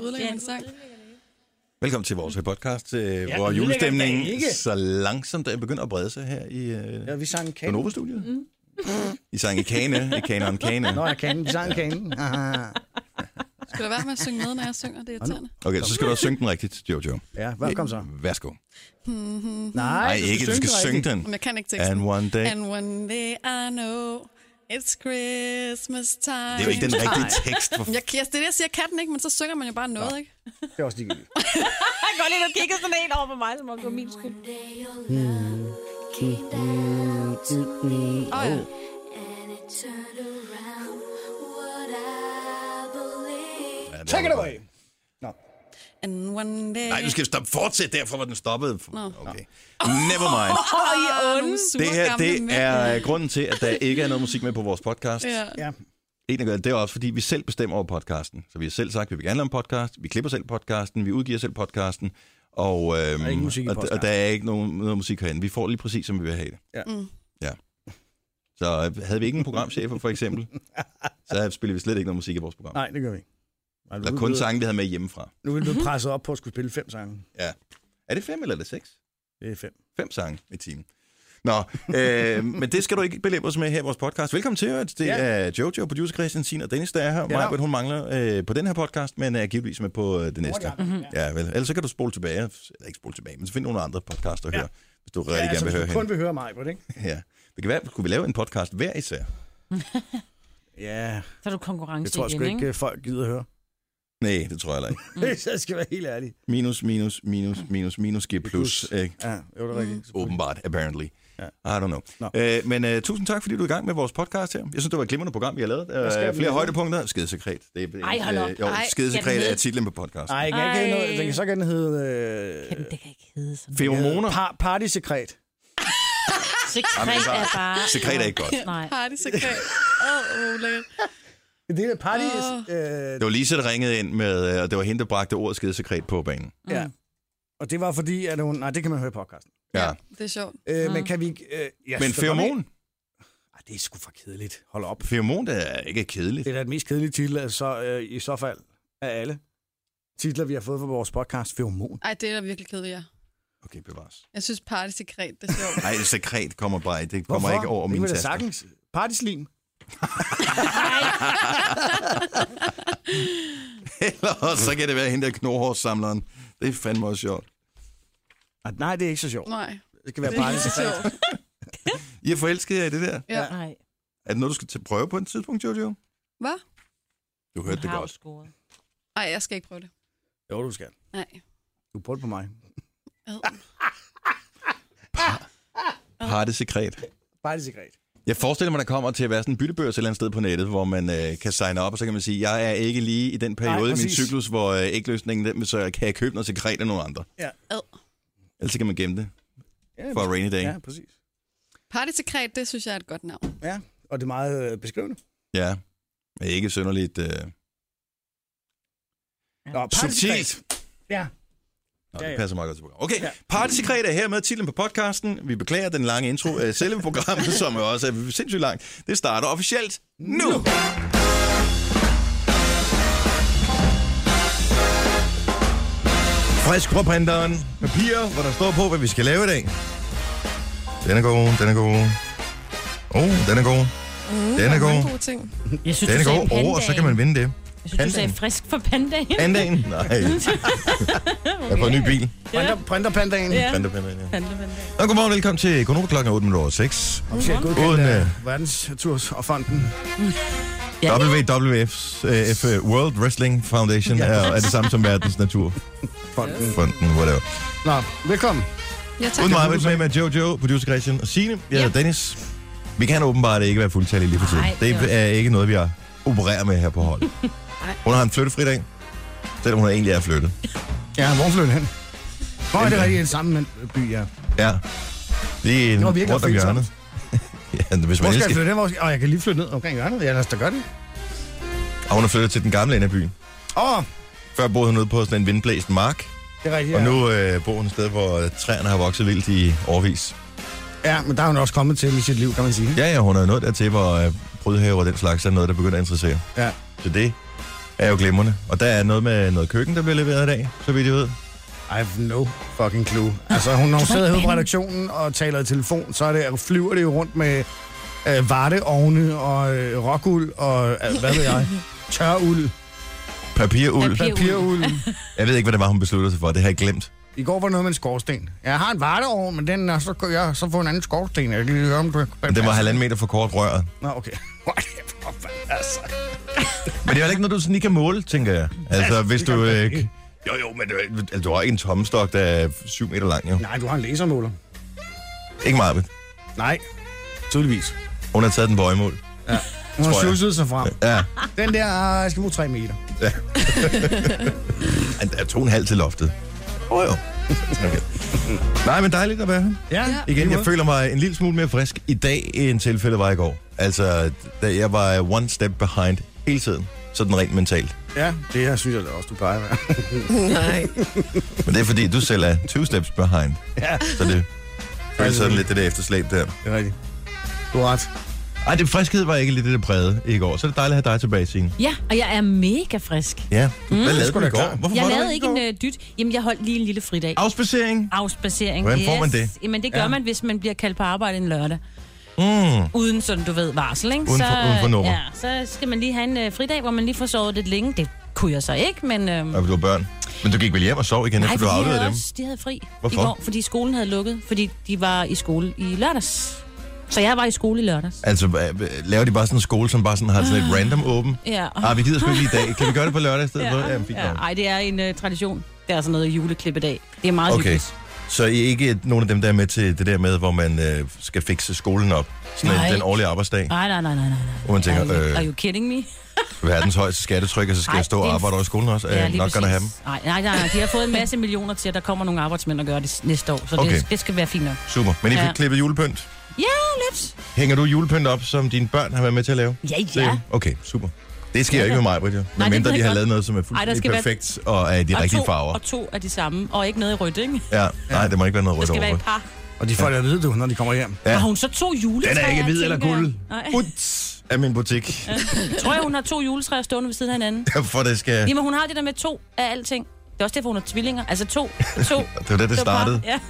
ødelægger min sang. Velkommen til vores podcast, hvor julestemningen så langsomt er begyndt at brede sig her i vi sang Kane. Nova-studiet. I sang i Kane, Kane. Nå, jeg kan. Vi sang Kane. Skal du være med at synge med, når jeg synger? Det er irriterende. Okay, så skal du også synge den rigtigt, Jojo. Ja, kom så. Værsgo. Nej, ikke, du skal synge den. Men jeg kan ikke teksten. And one day I know it's Christmas time. Det er jo ikke den rigtige tekst. Det er det, jeg siger, kan den ikke, men så synger man jo bare noget, ikke? Det er også ligegyldigt. Jeg kan godt lide, at du kigger sådan en over på mig, som må gå min skyld. Ja. Take it away! And one day... Nej, du skal stoppe. Fortsæt derfra, hvor den stoppede. Okay. Never mind. Det her, det er grunden til, at der ikke er noget musik med på vores podcast. Ja. Det er også, fordi vi selv bestemmer over podcasten. Så vi har selv sagt, at vi vil gerne lave en podcast. Vi klipper selv podcasten. Vi udgiver selv podcasten. Og der er ikke musik i podcasten. Og der er ikke noget musik herinde. Vi får lige præcis, som vi vil have det. Ja. Så havde vi ikke en programchef, for eksempel, så spiller vi slet ikke noget musik i vores program. Nej, det gør vi ikke. Der er kun sange, vi havde med hjemmefra. Nu er du presset op på at skulle spille 5 sange. Ja. Er det 5 eller er det 6? Det er 5. 5 sange i timen. Nå, men det skal du ikke belempe os med her i vores podcast. Velkommen til, det er Jojo, producer Christian, Signe og Dennis, der er her. Maja, hun mangler på den her podcast, men er givetvis med på det næste. Ja, vel. Ellers så kan du spole tilbage, eller ikke spole tilbage, men så find nogle andre podcaster at høre, hvis du rigtig gerne vil høre hende. Kun vil høre mig på det, ikke? Ja. Det kan være, skulle vi lave en podcast hver især? Ja. Så er du konkurrence. Det tror jeg sgu ikke, folk gider at høre. Nej, det tror jeg heller ikke. Jeg skal være helt ærlig. Minus G+. Ikke? Ja, jo, det er rigtigt. Åbenbart, apparently. Ja. I don't know. No. Men tusind tak, fordi du er i gang med vores podcast her. Jeg synes, det var et glimrende program, vi har lavet. Flere højdepunkter. Skidesekret. Skidesekret er titlen på podcast. Nej, den kan så gerne hedde... Det kan ikke hedde sådan. Feromoner. Partysekret. Sekret er bare... Sekret er ikke godt. Nej. Partysekret. Lækkert. Det er party... Det var Lise, der ringede ind med, og det var hende, der bragte ordet skidesekret på banen. Ja. Og det var fordi, at hun... Nej, det kan man høre i podcasten. Ja. Det er sjovt. Men kan vi... Men feromon? Det er sgu for kedeligt. Hold op. Feromon, det er ikke kedeligt. Det er da den mest kedelige titel, altså, i så fald af alle titler, vi har fået fra vores podcast. Feromon. Ej, det er da virkelig kedeligt, ja. Okay, bevares. Jeg synes, partysekret, det er sjovt. Nej, sekret kommer bare ikke. Det kommer ikke over min taster. Hvorfor? Det partyslim. Eller så kan det være hende der knorhårssamleren. Det er fandme også sjovt. Nej, det er ikke så sjovt. Nej. Det skal være partysekret. I er forelsket i det der? Ja. Nej. Er det noget, du skal prøve på et tidspunkt, Jojo? Hvad? Du hørte det godt. Nej, jeg skal ikke prøve det. Jo, du skal. Nej. Du prøver det på mig. Partysekret. Partysekret. Jeg forestiller mig, der kommer til at være sådan en byttebørs et eller andet sted på nettet, hvor man kan signe op, og så kan man sige, jeg er ikke lige i den periode i min cyklus, hvor ægløsningen, så kan jeg købe noget sekret af nogle andre. Ja. Ellers kan man gemme det for a rainy day. Ja, præcis. Partysekret, det synes jeg er et godt navn. Ja, og det er meget beskrivende. Ja, men ikke synderligt subtilt. Ja. Nå, det passer meget godt til programmet. Okay, Partysekret er her med titlen på podcasten. Vi beklager den lange intro. Selve programmet, som jo også er sindssygt langt, det starter officielt nu! Frisk råprinteren, papir, hvor der står på, hvad vi skal lave i dag. Den er god, den er god. Den er god. Den er god. Jeg synes, den er god, og så kan man vinde det. Jeg synes, du sagde frisk for pandagen. Pandagen? Nej. Jeg har fået en ny bil. Printerpandagen. Ja. Printerpandagen, ja. Godmorgen, velkommen til Konoba klokken 8:06. Officielt godkendt Verdensnaturs og fonden. WWF World Wrestling Foundation er det samme som Verdens Naturfonden, whatever. Nå, velkommen. Ja, tak. Uden mig med Jojo, producer Christian og Signe. Jeg hedder Dennis. Vi kan åbenbart ikke være fuldtallige lige for tiden. Det er ikke noget, vi har opererer med her på holdet. Hun har en flyttefri dag, selvom hun egentlig er flyttet. Ja, hvor flytter hen? Hvor er det rigtig en sammen by, ja. Ja. Det er en rundt om hjørnet. Ja, hvis man hvor skal jeg flytte hen? Jeg kan lige flytte ned omkring hjørnet. Ja, lad os da gøre det. Og hun er flyttet til den gamle ende af byen. Før boede hun ude på sådan en vindblæst mark. Det er rigtigt, og nu bor hun et sted, hvor træerne har vokset vildt i årvis. Ja, men der er hun også kommet til i sit liv, kan man sige. Ja, hun er nået dertil, hvor brydhaver og den slags er noget, der begynder at interessere. Ja. Så det er jo glimrende. Og der er noget med noget køkken, der bliver leveret i dag, så vidt jeg ved. I have no fucking clue. Altså, når hun sidder herude på redaktionen og taler i telefon, så flyver det jo rundt med varteovne og rockuld og hvad ved jeg, tøruld. Papiruld. Jeg ved ikke, hvad det var, hun besluttede sig for. Det har jeg glemt. I går var noget med en skorsten. Jeg har en varteovn, men den er så får en anden skorsten. Jeg kan lige høre om det. Den var 1,5 meter for kort røret. Nå, okay. Altså. Men det er jo ikke noget, du sådan lige kan måle, tænker jeg. Altså, hvis du... Jo, men du har ikke en tommestok, der er 7 meter lang, jo. Nej, du har en lasermåler. Ikke meget. Nej, tydeligvis. Hun har taget den bøjemål. Ja. Hun har susset sig frem. Ja. Den der, jeg skal bruge 3 meter. Ja. Der er 2,5 til loftet. Jo. Okay. Nej, men dejligt at være her. Ja. Igen, jeg føler mig en lille smule mere frisk i dag, end tilfældet var i går. Altså, da jeg var one step behind hele tiden. Sådan rent mentalt. Ja, det her synes jeg da også, du plejer at være. Nej. Men det er fordi, du selv er 2 steps behind. Ja. Så det føles sådan lidt det der efterslæb der. Det er rigtigt. Du har ret. Ej, det friskhed var ikke lidt det, der prægede i går. Så er det dejligt at have dig tilbage, Signe. Ja, og jeg er mega frisk. Ja, hvad lavede du i går? Hvorfor jeg lavede ikke en dyt. Jamen, jeg holdt lige en lille fridag. Afspacering? Hvordan får man det? Jamen, det gør man, hvis man bliver kaldt på arbejde en lørdag. Uden sådan, du ved, varsel, ikke? Uden for nummer. Ja, så skal man lige have en fridag, hvor man lige får sovet lidt længe. Det kunne jeg så ikke, men... Og du har børn. Men du gik vel hjem og sov igen, efter du afleverede dem? Nej, de havde fri. Hvorfor? I går, fordi skolen havde lukket, fordi de var i skole i lørdags. Så jeg var i skole i lørdags. Altså, laver de bare sådan en skole, som bare sådan har sådan et random åben? Ja. Vi gider sgu ikke i dag. Kan vi gøre det på lørdag i stedet for? Ej, det er en tradition. Det er sådan noget juleklippedag. Det er meget hyggeligt. Så I er ikke nogen af dem, der er med til det der med, hvor man skal fikse skolen op? Sådan den årlige arbejdsdag? Nej. Hvor man tænker, are you kidding me? Verdens højeste skattetryk, og så skal jeg stå og arbejde over i skolen også. Ja, nok gonna have dem. Nej. De har fået en masse millioner til, at der kommer nogle arbejdsmænd og gør det næste år. Så det skal være fint nok. Super. Men I fik klippet julepynt? Ja, lidt. Hænger du julepynt op, som dine børn har været med til at lave? Ja. Okay, super. Det sker ikke med mig, Britt. Medmindre de har lavet noget, som er fuldstændig perfekt og er de rigtige farver. Og 2 er de samme, og ikke noget i rødt, ikke? Ja, nej, det må ikke være noget rødt over. Det skal være et par. Og de får det at vide, når de kommer hjem. Ja. Har hun så 2 juletræer? Den er ikke hvid eller guld. Uts af min butik. Ja. Tror jeg, hun har 2 juletræer stående ved siden af hinanden? Derfor det skal... Jamen, hun har det der med 2 af alting. Det er også derfor, hun har tvillinger. Altså 2. Det var det startede. Ja.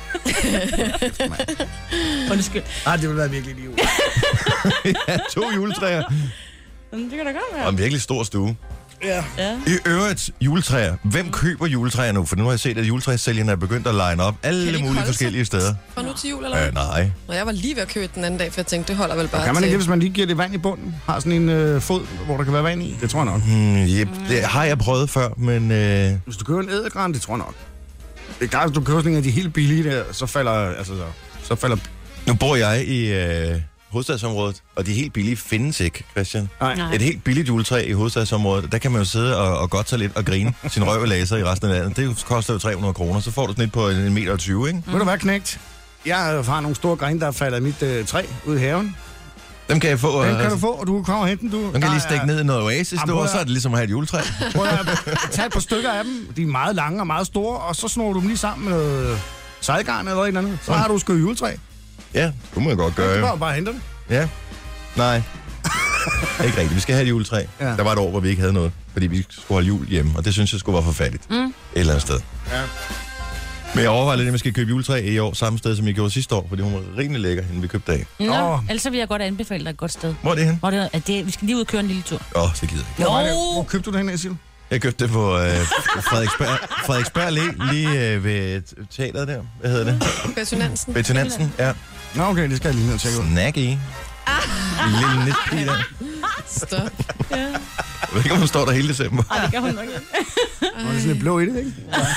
Undskyld. Det ville være virkelig lige ud. Ja, 2 juletræer. Det kan da godt være. Og en virkelig stor stue. Ja. I øvrigt, juletræer. Hvem køber juletræer nu? For nu har jeg set, at juletræssælgerne er begyndt at line op alle mulige forskellige steder. Fra nu til jul, eller hvad? Nej. Og jeg var lige ved at købe den anden dag, for jeg tænkte, det holder vel bare kan man til... ikke, hvis man lige giver det vand i bunden? Har sådan en fod, hvor der kan være vand i? Det tror jeg nok. Yep. Det har jeg prøvet før, men... Hvis du køber en ædelgran, det tror jeg nok. Det er klart, hvis du køber sådan en af de helt billige der, så falder... Nu bor jeg i hovedstadsområdet, og de helt billige findes ikke, Christian. Nej. Et helt billigt juletræ i hovedstadsområdet, der kan man jo sidde og godt sig lidt og grine sin røv og laser i resten af landet. Det koster jo 300 kroner, så får du sådan et på 1,20 meter, ikke? Ved du hvad, knægt? Jeg har nogle store grene, der falder i mit træ ude i haven. Dem kan jeg få. Den kan du få, og du kan komme og hente den. Den kan lige stikke ned i noget oasis, og så er det ligesom at have et juletræ. Prøv at tage et par stykker af dem. De er meget lange og meget store, og så snor du dem lige sammen med noget sejlgarn eller et eller andet. Så har du sgu et juletræ. Ja, det må jeg godt gøre. Du kan bare hente det. Ja. Nej. Ikke rigtigt. Vi skal have et juletræ. Ja. Der var et år, hvor vi ikke havde noget, fordi vi skulle holde jul hjemme, og det synes jeg skulle være forfærdeligt. Et eller andet sted. Ja. Men jeg overvejer lidt, at vi skal købe juletræ i år, samme sted, som jeg gjorde sidste år, fordi hun var rimelig lækker, inden vi købte af. Ellers vil jeg godt anbefale dig et godt sted. Hvor er det hen? Vi skal lige ud og køre en lille tur. Det gider jeg ikke. Hvor købte du det hen, siger du? Jeg købte det på Frederiksberg Allé, lige ved teateret der. Hvad hedder det? Betty Nansen, ja. Nå, okay, det skal jeg lige ned og tjekke ud. Snack i. En lille nitpige der. Stop. Jeg ved ikke, om hun står der hele december. Nej, det gør hun nok ikke. Og det er sådan lidt blå i det, ikke?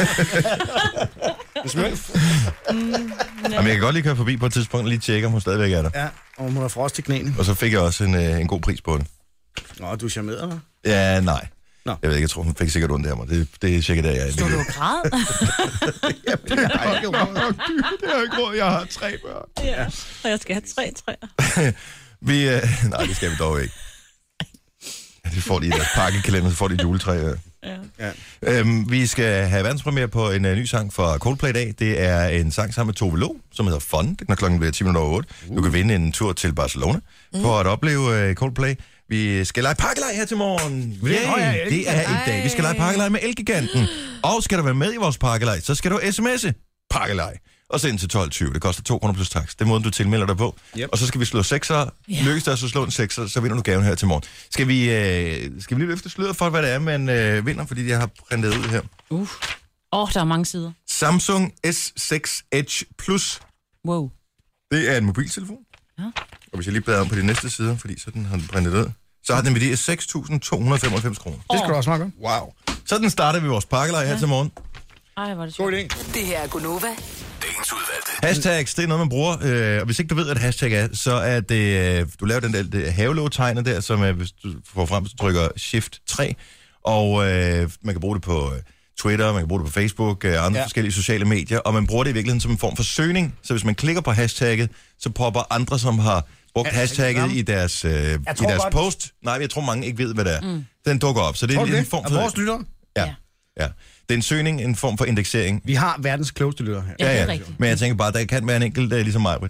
Det smager. Jamen, jeg kan godt lige køre forbi på et tidspunkt og lige tjekke, om hun stadigvæk er der. Ja, og hun har frost i knæene. Og så fik jeg også en god pris på den. Nå, du er charmeret, hva'? Ja, nej. Nå. Jeg ved ikke, jeg tror, hun fik sikkert ondt af mig. Det er sikkert, der jeg er. Står du og græd? Det har ikke råd. Jeg har 3 børn. Ja, og jeg skal have 3 træer. Nej, det skal vi dog ikke. Ja, det får de i deres pakkekalender, så får de et juletræ. Ja. Vi skal have verdenspremiere på en ny sang fra Coldplay i dag. Det er en sang sammen med Tove Lo, som hedder Fun. Det er klokken bliver 10:08. Du kan vinde en tur til Barcelona for at opleve Coldplay. Vi skal lege pakkelej her til morgen. Det er i dag. Vi skal lege pakkelej med Elgiganten. Og skal du være med i vores pakkelej, så skal du sms'e pakkelej. Og send til 12.20. Det koster 2 kroner plus tax. Det er måden, du tilmelder dig på. Yep. Og så skal vi slå 6'er. Lykkes der så slå en 6'er, så vinder du gaven her til morgen. Skal vi lige løfte sløret for, hvad det er, man vinder? Fordi jeg har printet ud her. Der er mange sider. Samsung S6 Edge Plus. Wow. Det er en mobiltelefon. Ja. Og hvis jeg lige bladrer om på de næste sider, fordi sådan har den printet ud, så har den værdi af 6.295 kroner. Det skal du også meget godt. Wow. Sådan starter vi vores pakkelej her til morgen. Ej, hvor er det sjovt. God idé. Det her er Gunova. Dagens udvalgte. Hashtags, det er noget, man bruger. Og hvis ikke du ved, hvad et hashtag er, så er det... Du laver den der havelåg-tegnet der, som er, hvis du får frem, så trykker Shift 3. Og man kan bruge det på Twitter, man kan bruge det på Facebook, andre forskellige sociale medier. Og man bruger det i virkeligheden som en form for søgning. Så hvis man klikker på hashtagget, så popper andre, som har brugt hashtagget i deres post. Nej, jeg tror mange ikke ved, hvad det er. Den dukker op. Så det er en form for... vores lyttere? Ja. Det er en søgning, en form for indeksering. Vi har verdens klogeste lytter her. Ja, det er rigtigt. Men jeg tænker bare, der kan være en enkelt, ligesom mig.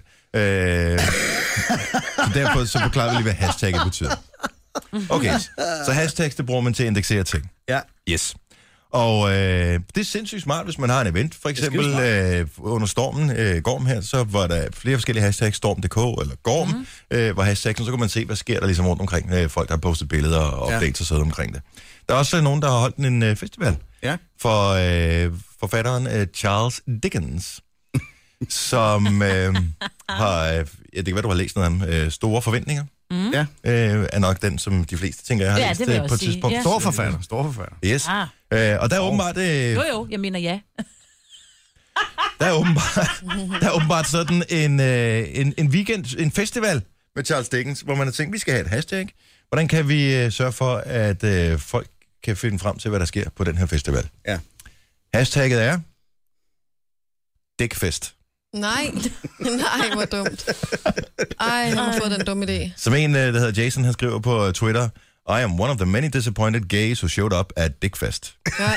Så derfor så forklarer vi lige, hvad hashtagget betyder. Okay, så hashtags, det bruger man til at indeksere ting. Ja. Yes. Og det er sindssygt smart, hvis man har en event. For eksempel under stormen Gorm her, så var der flere forskellige hashtags, storm.dk eller Gorm, var hashtags, så kan man se, hvad sker der ligesom rundt omkring. Folk, der har postet billeder og updates og sådan omkring det. Der er også nogen, der har holdt en festival for forfatteren Charles Dickens, som har, det kan være, du har læst noget af ham, Store Forventninger. Er nok den, som de fleste tænker, jeg har læst på et tidspunkt. Ja. Store forfatter. Yes. Og der er åbenbart... Jo, jeg mener ja. Der er åbenbart sådan en weekend, en festival med Charles Dickens, hvor man har tænkt, vi skal have et hashtag. Hvordan kan vi sørge for, at folk kan finde frem til, hvad der sker på den her festival? Ja. Hashtagget er Dickfest. Nej, hvor dumt. Ej, jeg har fået den dumme idé. Som en, der hedder Jason, han skriver på Twitter, I am one of the many disappointed gays who showed up at Dickfest. Nej.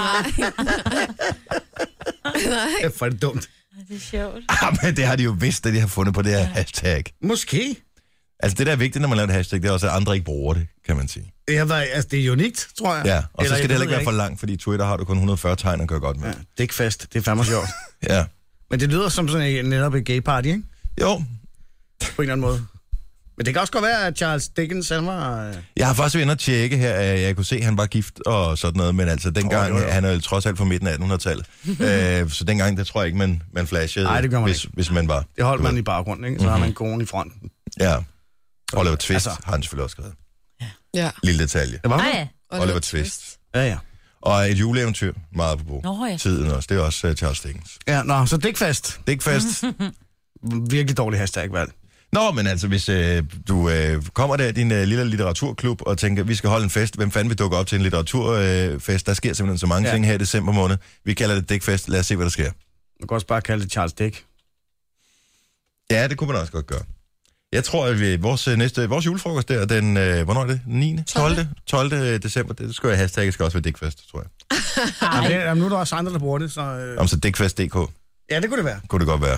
For det dumt. Det er sjovt. Men det har de jo vidst, at de har fundet på det her hashtag. Måske. Altså det, der er vigtigt, når man laver et hashtag, det er også, at andre ikke bruger det, kan man sige. Det er unikt, tror jeg. Ja, og så skal det heller ikke være for langt, fordi Twitter har du kun 140 tegn at gøre godt med. Ja, Dickfest, det er fandme sjovt. Ja. Men det lyder som sådan netop et gay party, ikke? Jo. På en eller anden måde. Men det kan også godt være, at Charles Dickens, han var... Jeg har faktisk været inde og tjekke her, jeg kunne se, at han var gift og sådan noget, men altså dengang, han er jo trods alt fra midten af 1800-tallet. Så dengang, det tror jeg ikke, man flashede, nej, det gør man hvis man var... Det holdt man i baggrunden, ikke? Så har man konen i fronten. Ja. Oliver Twist har han selvfølgelig også skrevet. Ja. Lille detalje. Det var Oliver Twist. Ja. Og et juleeventyr, meget på brug. Tiden også, det er også Charles Dickens. Ja, så Dickfest. Dickfest. Virkelig dårlig hashtag-valg. Nå, men altså, hvis du kommer der i din lille litteraturklub og tænker, vi skal holde en fest, hvem fanden vil dukke op til en litteraturfest? Der sker simpelthen så mange ting her i december måned. Vi kalder det Dickfest. Lad os se, hvad der sker. Man kan også bare kalde det Charles Dick. Ja, det kunne man også godt gøre. Jeg tror, at vores julefrokost der, den, hvornår er det? 9. 12. december, det skal jeg hashtagget, skal også være Dickfest, tror jeg. Jamen, nu er der også andre, der bruger det, så... Så Dickfest.dk. Ja, det kunne det være. Kunne det godt være.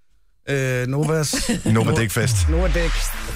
Nova Dickfest. Nova Dick.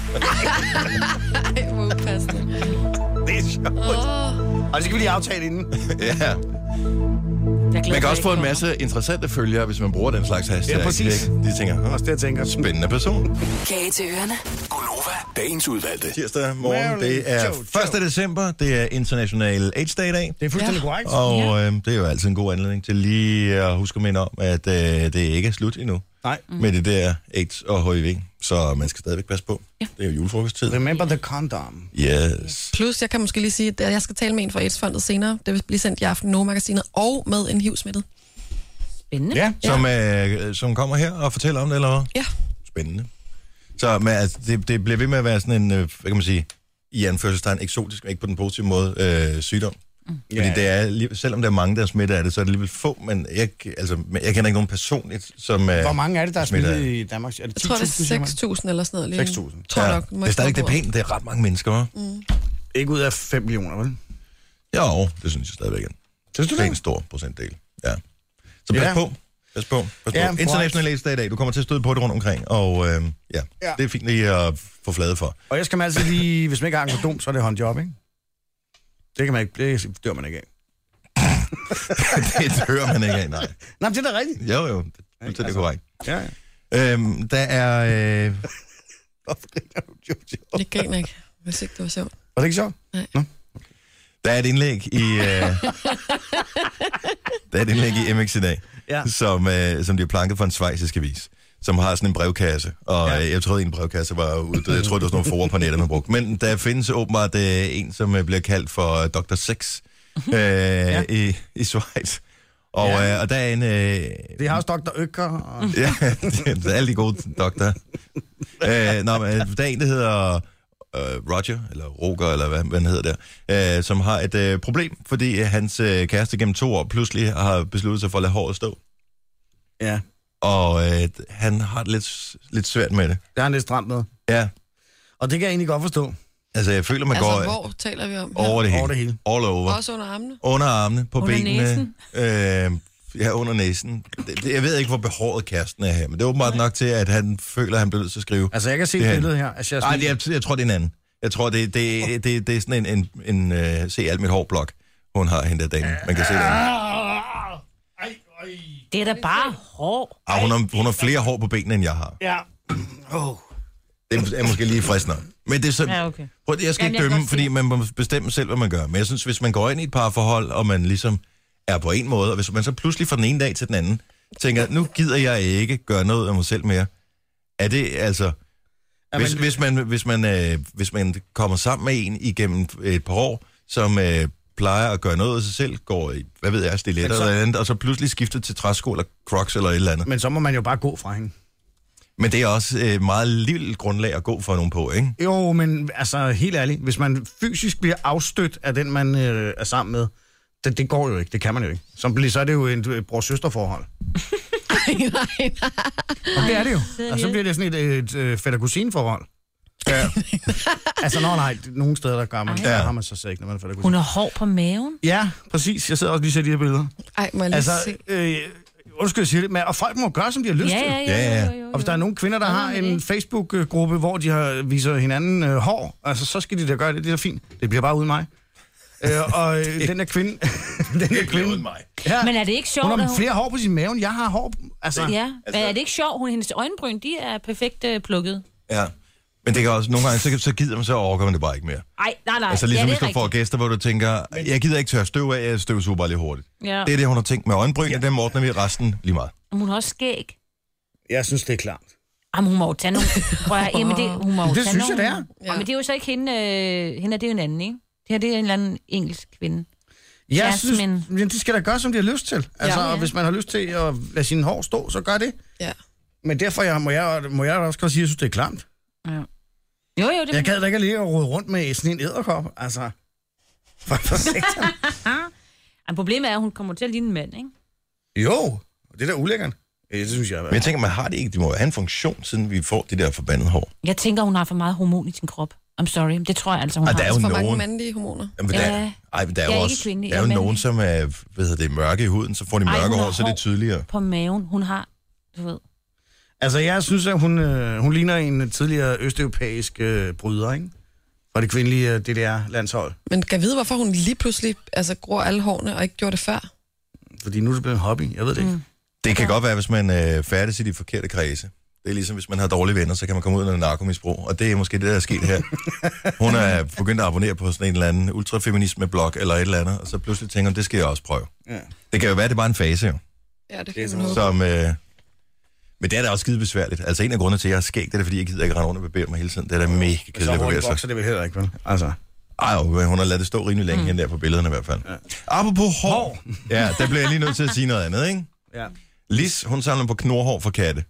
Ej, hvor upassende. Det er sjovt. Og det skal vi lige aftale inden. Ja. Man kan også få en masse interessante følgere, hvis man bruger den slags hashtag. Ja, præcis. De tænker, også det, jeg tænker. Spændende person. Kage til ørerne. Gunova, dagens udvalgte. Tirsdag morgen, det er 1. december, det er International AIDS Day i dag. Det er fuldstændig korrekt. Og det er jo altid en god anledning til lige at huske at minde om, at det ikke er slut endnu. Nej. Med det der AIDS og HIV, så man skal stadigvæk passe på. Ja. Det er jo julefrokosttid. Remember the condom. Yes. Plus, jeg kan måske lige sige, at jeg skal tale med en fra AIDS-fondet senere. Det vil blive sendt i aften Nova-magasinet, og med en HIV-smittet. Spændende. Ja. Som kommer her og fortæller om det, eller hvad? Ja. Spændende. Så men, altså, det bliver ved med at være sådan en, hvad kan man sige, i anførselstegn eksotisk, ikke på den positive måde, sygdom. Fordi det er, selvom der er mange, der er smittet af det, så er det alligevel få, men jeg kender ikke nogen personligt, som hvor mange er det, der er smittet i Danmark? Er det 10.000? Jeg tror, det er 6.000 eller sådan noget. 6.000? Tror nok. Det er stadig det pænt, det er ret mange mennesker, Ikke ud af 5 millioner, vel? Jo, det synes jeg stadigvæk er en stor procentdel. Ja. Så pas på. Pas på. Ja, International AIDS-dag i dag. Du kommer til at støde på det rundt omkring, og det er fint lige at få flade for. Og jeg skal man altid lige, hvis man ikke har en kondom, så er det håndjob, ikke? Det kan man ikke, det dør man ikke af. Det dør man ikke af, nej. Nej, det er da rigtigt. Jo, det er korrekt. Ja. Der er... Hvorfor griner du, Jojo? Det griner ikke, hvis ikke det var sjovt. Var det ikke sjovt? Nej. Nå? Der er et indlæg i... Der er et indlæg i MX i dag, som de har planket for en schweizisk avis, som har sådan en brevkasse. Og jeg troede, en brevkasse var ude. Jeg troede, det var sådan nogle forer på nettet, man brugte. Men der findes åbenbart en, som bliver kaldt for Dr. Sex i Schweiz. Og der er en... Det har også Dr. Økker. Og... ja, det er alle de gode doktorer. Der er en, der hedder... Roger, eller Roger, eller hvad han hedder der, som har et problem, fordi hans kæreste gennem 2 år pludselig har besluttet sig for at lade håret stå. Ja. Og han har det lidt svært med det. Det har han lidt stramt med. Ja. Og det kan jeg egentlig godt forstå. Altså, jeg føler, man går... hvor taler vi om? Over det hele. Over det hele. All over. Også under armene? Under armene, på under benene. Næsen. Under næsen. Jeg ved ikke, hvor behåret kæresten er her, men det er åbenbart nok til, at han føler, at han bliver nødt til at skrive. Altså, jeg kan se et billede her. Altså, jeg tror, det er en anden. Jeg tror, det er sådan en se alt mit hår-blok, hun har hende der dagen. Man kan se det. Det er da bare hår. Hun har flere hår på benene, end jeg har. Ja. Det er måske lige frisk nok. Men det er sådan... Ja, okay. Prøv, jeg skal ikke dømme, fordi man må bestemme selv, hvad man gør. Men jeg synes, hvis man går ind i et parforhold, og man ligesom er på en måde, og hvis man så pludselig fra den ene dag til den anden, tænker, nu gider jeg ikke gøre noget af mig selv mere. Er det altså... Hvis man kommer sammen med en igennem et par år, som plejer at gøre noget af sig selv, går i, hvad ved jeg, stiletter eller andet, og så pludselig skifter til træsko eller crocs eller et eller andet. Men så må man jo bare gå fra hende. Men det er også et meget lille grundlag at gå for nogen på, ikke? Jo, men altså helt ærligt, hvis man fysisk bliver afstødt af den, man er sammen med, det går jo ikke, det kan man jo ikke. Så er det jo et bror-søster-forhold. Nej. Og det er det jo. Og så bliver det sådan et fætter-kusine-forhold. Ja. Altså, nej, nogle steder, der gør man, der har man så sagt, når man er fætter-kusine. Hun har hår på maven? Ja, præcis. Jeg sidder også lige og ser de her billeder. Ej, må jeg lige se. Undskyld, jeg siger det, men og folk må gøre, som de har lyst til. Ja. Og hvis der er nogle kvinder, der har en Facebook-gruppe, hvor de viser hinanden hår, altså, så skal de da gøre det. Det er fint. Det bliver bare uden mig. Og den der kvinde... Ja, men er det ikke sjovt? Hun har flere hår på sin mave, jeg har hår... Altså, ja, men er det ikke sjovt? Hendes øjenbryn, de er perfekt plukket. Ja, men det kan også nogle gange, så gider man, så overgår man det bare ikke mere. Nej. Altså ligesom hvis du får gæster, hvor du tænker, jeg gider ikke tørre støv af, jeg støvsuger bare lidt hurtigt. Ja. Det er det, hun har tænkt med øjenbryn, og dem ordner vi resten lige meget. Hun har også skæg. Jeg synes, det er klart. Jamen, hun må jo tage nogle... hun må jo det tage synes nogle... jeg, det er. Ja. Men det er jo så ikke hende... Hende er det jo en anden, ikke? Det her, det er en eller anden engelsk kvinde. Jeg synes, de skal da gøre, som de har lyst til. Altså, og hvis man har lyst til at lade sine hår stå, så gør det. Ja. Men derfor må jeg også godt sige, at jeg synes, det er klamt. Ja. Jo, det... Jeg gad da ikke lige at rode rundt med sådan en edderkop. Altså, for sektoren. Men problemet er, at hun kommer til at ligne en mand, ikke? Jo, det er da ulækkert. Det synes jeg. Men jeg tænker, man har det ikke. Det må have en funktion, siden vi får det der forbandede hår. Jeg tænker, hun har for meget hormon i sin krop. I'm sorry, det tror jeg altså, hun har. Der er jo for nogen... mange mandlige hormoner. Jamen, der er jo også der er jo nogen, som er mørke i huden, så får de mørke hår, så det er tydeligere. På maven, hun har, du ved. Altså, jeg synes, at hun ligner en tidligere østeuropæisk bryder, ikke? Fra det kvindelige DDR-landshold. Men kan jeg vide, hvorfor hun lige pludselig gror alle hårene og ikke gjorde det før? Fordi nu er det blevet en hobby, jeg ved det ikke. Det kan godt være, hvis man færdes i de forkerte kredse. Det er ligesom, hvis man har dårlige venner, så kan man komme ud af narkomisbrug. Og det er måske det, der er sket her. Hun er begyndt at abonnere på sådan en eller anden ultrafeminisme-blog eller et eller andet, og så pludselig tænker hun, det skal jeg også prøve. Ja. Det kan jo være, det er bare en fase, jo. Ja, det kan man håbe. Men det er da også skide besværligt. Altså en af grundene til, at jeg har skæg, det er fordi, jeg gider ikke rende rundt og bevæge mig hele tiden. Det er da mega kedeligt at bevæge sig. Så det vil heller ikke, vel? Altså. Hun har ladet det stå rimelig længe hende der på billederne i hvert fald. Ja. Apropos hår. Ja, der bliver jeg lige nødt til at sige noget andet, ikke? Ja. Lis, hun samler på knorhår for katte.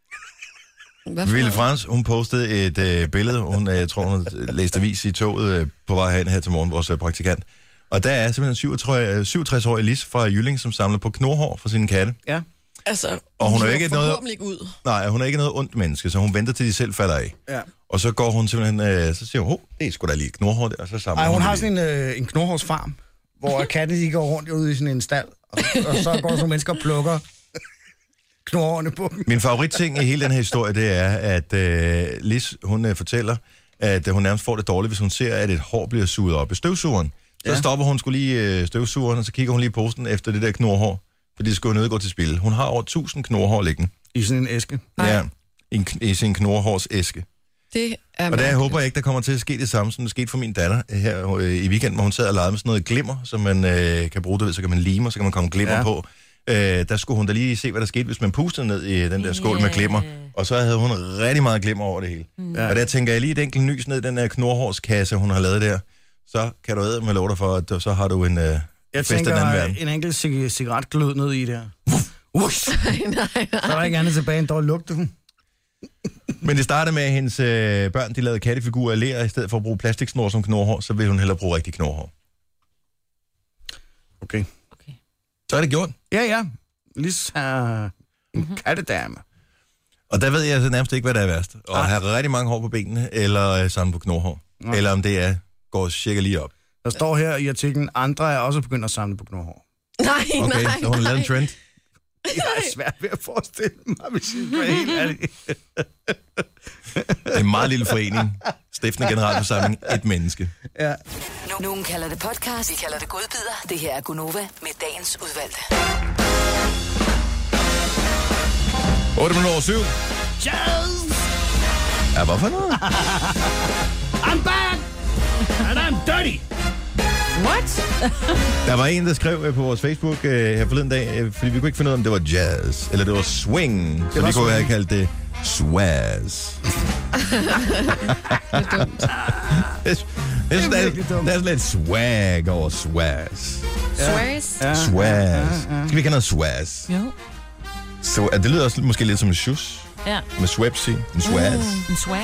Ville Frans, hun postede et billede. Jeg tror, hun læste avis i toget på vej hen her til morgen, vores praktikant. Og der er simpelthen 67-årig Lis fra Jylling, som samler på knorhår for sine katte. Ja. Altså, og hun er ikke forhåbentlig ud. Nej, hun er ikke noget ondt menneske, så hun venter til de selv falder af. Ja. Og så går hun simpelthen, så siger hun, det er sgu da lige knorhår der, og så samler hun har sådan en knorhårsfarm, hvor katte de går rundt ude i sådan en stald, og så går der sådan mennesker og plukker knorrene på dem. Min favoritting i hele den her historie, det er, at Lis, hun fortæller, at hun nærmest får det dårligt, hvis hun ser, at et hår bliver suget op i støvsugeren. Så stopper hun skulle lige støvsugeren, og så kigger hun lige i posen efter det der knorhår, fordi det skulle jo nødt til spil. Hun har over 1000 knorhår liggende. I sådan en æske? Ja, i sin knorhårsæske. Det er og der håber jeg ikke, der kommer til at ske det samme, som det skete for min datter her i weekenden, hvor hun sad og legede med sådan noget glimmer, som man kan bruge, så kan man lime, og så kan man komme glimmer på. Der skulle hun da lige se, hvad der skete, hvis man pustede ned i den der skål med glimmer. Og så havde hun rigtig meget glimmer over det hele. Og der tænker jeg lige et enkelt nys ned i den der knorhårskasse, hun har lavet der. Så kan du æde med lov dig for, at så har du en jeg tænker en enkelt cigaretglød ned i der. Nej. Så er der ikke andet tilbage, end dårlig lugte hun. Men det starter med, at hendes børn, de lavede kattefigurer af ler, i stedet for at bruge plastiksnor som knorhår, så vil hun hellere bruge rigtig knorhår. Okay. Så er det gjort. Ja. Lis er en kattedame. Og der ved jeg altså nærmest ikke, hvad der er værst. At have rigtig mange hår på benene, eller samle på knorhår. Eller om det går cirka lige op. Der står her i artiklen, andre er også begyndt at samle på knorhår. Nej. Så hun har lavet en trend. Jeg er svært ved at forestille mig, hvis jeg er helt ærlig. Det er en meget lille forening. Stiftende generalforsamling. Et menneske. Ja. Nogen kalder det podcast, vi kalder det godbidder. Det her er Gunova med dagens udvalgte. 7:08. Jazz! Ja, hvorfor noget? I'm back! And I'm dirty! What? Der var en, der skrev på vores Facebook her forleden dag, fordi vi kunne ikke finde ud af, om det var jazz, eller det var swing, så vi kunne have kaldt det swaz. Det er dumt. Jeg synes, der er sådan lidt swag over swaz. Swaz? Ja. Swaz. Skal vi ikke have noget swaz? Jo. Så det lyder også måske lidt som en shoes. Ja. Med swepsi. En swaz. En swag.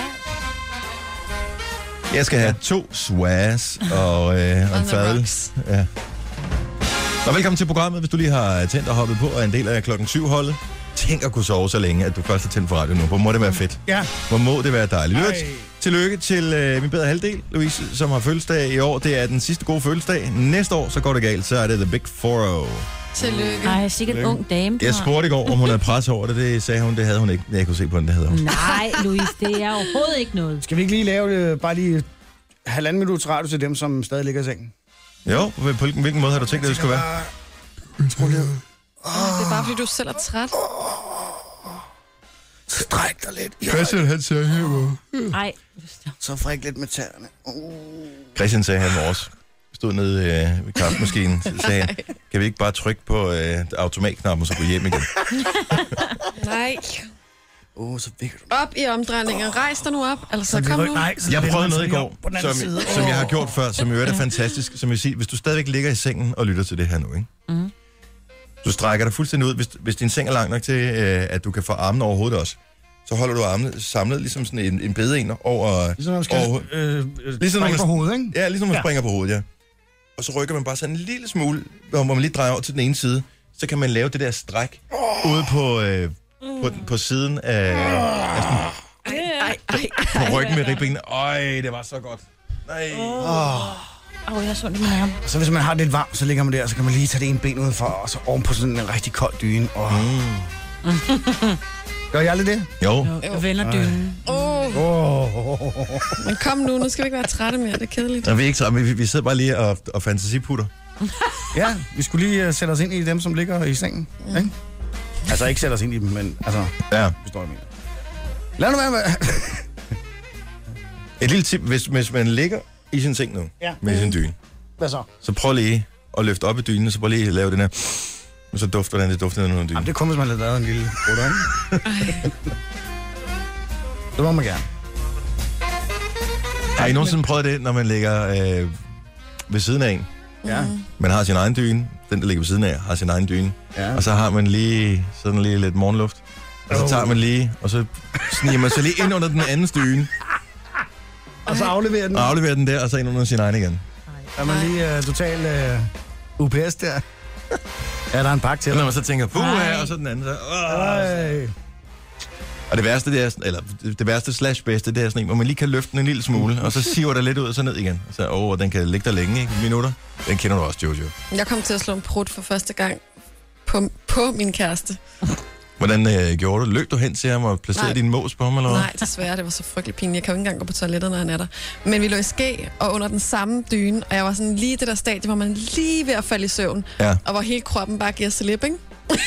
Jeg skal have 2 swaz og en fadel. Ja. Og velkommen til programmet, hvis du lige har tændt og hoppet på og er en del af klokken 7-holdet. Tænk at kunne sove så længe, at du først har tændt for radio nu. Hvor må det være fedt? Ja. Hvor må det være dejligt. Tillykke til min bedre halvdel, Louise, som har fødselsdag i år. Det er den sidste gode fødselsdag. Næste år, så går det galt. Så er det The Big 4-0. Tillykke. Ej, sikkert en ung dame. Jeg spurgte i går, om hun havde pres over det. Det sagde hun, det havde hun ikke. Jeg kunne se på den, det havde hun. Nej, Louise, det er overhovedet ikke noget. Skal vi ikke lige lave det, bare lige 1,5 minuts radio til dem, som stadig ligger i sengen? Jo, på hvilken måde har du tænkt, det skulle være? Det er bare, fordi du selv er træt. Stræk dig lidt. Christian, han sagde her, Nej. Så frik lidt med tæerne. Christian sagde han morges. Stod nede ved kaffemaskinen, så sagde han, kan vi ikke bare trykke på automatknappen, og så gå hjem igen? Nej. Så vækker du. Op i omdrejninger. Rejs dig nu op. Altså, kom nu. Jeg prøvede noget i går, som jeg har gjort før, som jo er det fantastisk. Som jeg siger, hvis du stadigvæk ligger i sengen og lytter til det her nu, ikke? Mm. Du strækker dig fuldstændig ud. Hvis din seng er lang nok til, at du kan få armene over hovedet også, så holder du armene samlet, ligesom sådan en bedeen over... Ligesom man skal springe på hovedet, ikke? Ja, ligesom man springer på hovedet, ja. Og så rykker man bare sådan en lille smule, hvor man lige drejer over til den ene side. Så kan man lave det der stræk ude på siden af på ryggen med ribbenene. Øj, det var så godt. Nej. Jeg er sundt i min arm. Så hvis man har det lidt varmt, så ligger man der, så kan man lige tage det ene ben udenfor, og så oven på sådan en rigtig kold dyne. Gør jeg aldrig det? Jo. Jeg vender dynen. Men kom nu skal vi ikke være trætte mere, det er kedeligt. Nå, vi er ikke trætte, vi sidder bare lige og fantasiputter. Ja, vi skulle lige sætte os ind i dem, som ligger i sengen. Ikke? Altså ikke sætte os ind i dem, men altså... Ja. Vi står i min. Lad nu være med... Et lille tip, hvis man ligger i sin seng nu, med sin dyne. Hvad så? Så prøv lige at løfte op i dynen, så prøv lige at lave den her... Og så dufter den, det dufter af noget dyne. Jamen, det kommer, hvis man har lavet en lille brutter, ikke? Det må man gerne. Har I nogensinde prøvet det, når man ligger ved siden af en? Ja. Man har sin egen dyne, den der ligger ved siden af har sin egen dyne. Ja. Og så har man lige lidt morgenluft. Og så tager man lige, og så sniger man sig lige ind under den andens dyne. Og så afleverer den. Og afleverer den der, og så ind under sin egen igen. Er man lige total UPS der? Ja, der er en pakke til. Og når man så tænker, her, og så den anden, så... Og det værste, det er, eller det værste slash bedste, det er sådan en, hvor man lige kan løfte den en lille smule, og så siver der lidt ud og så ned igen. Og så, den kan ligge der længe, ikke? Minutter. Den kender du også, Jojo. Jeg kom til at slå en prut for første gang på min kæreste. Hvordan gjorde du? Løb du hen til ham og placerede din mås på ham, eller hvad? Nej, desværre, det var så frygtelig pinligt. Jeg kan jo ikke engang gå på toilettet, når han er der. Men vi lå i ske, og under den samme dyne, og jeg var sådan lige det der stadie, hvor man lige ved at falde i søvn, og hvor hele kroppen bare giver slip, ikke?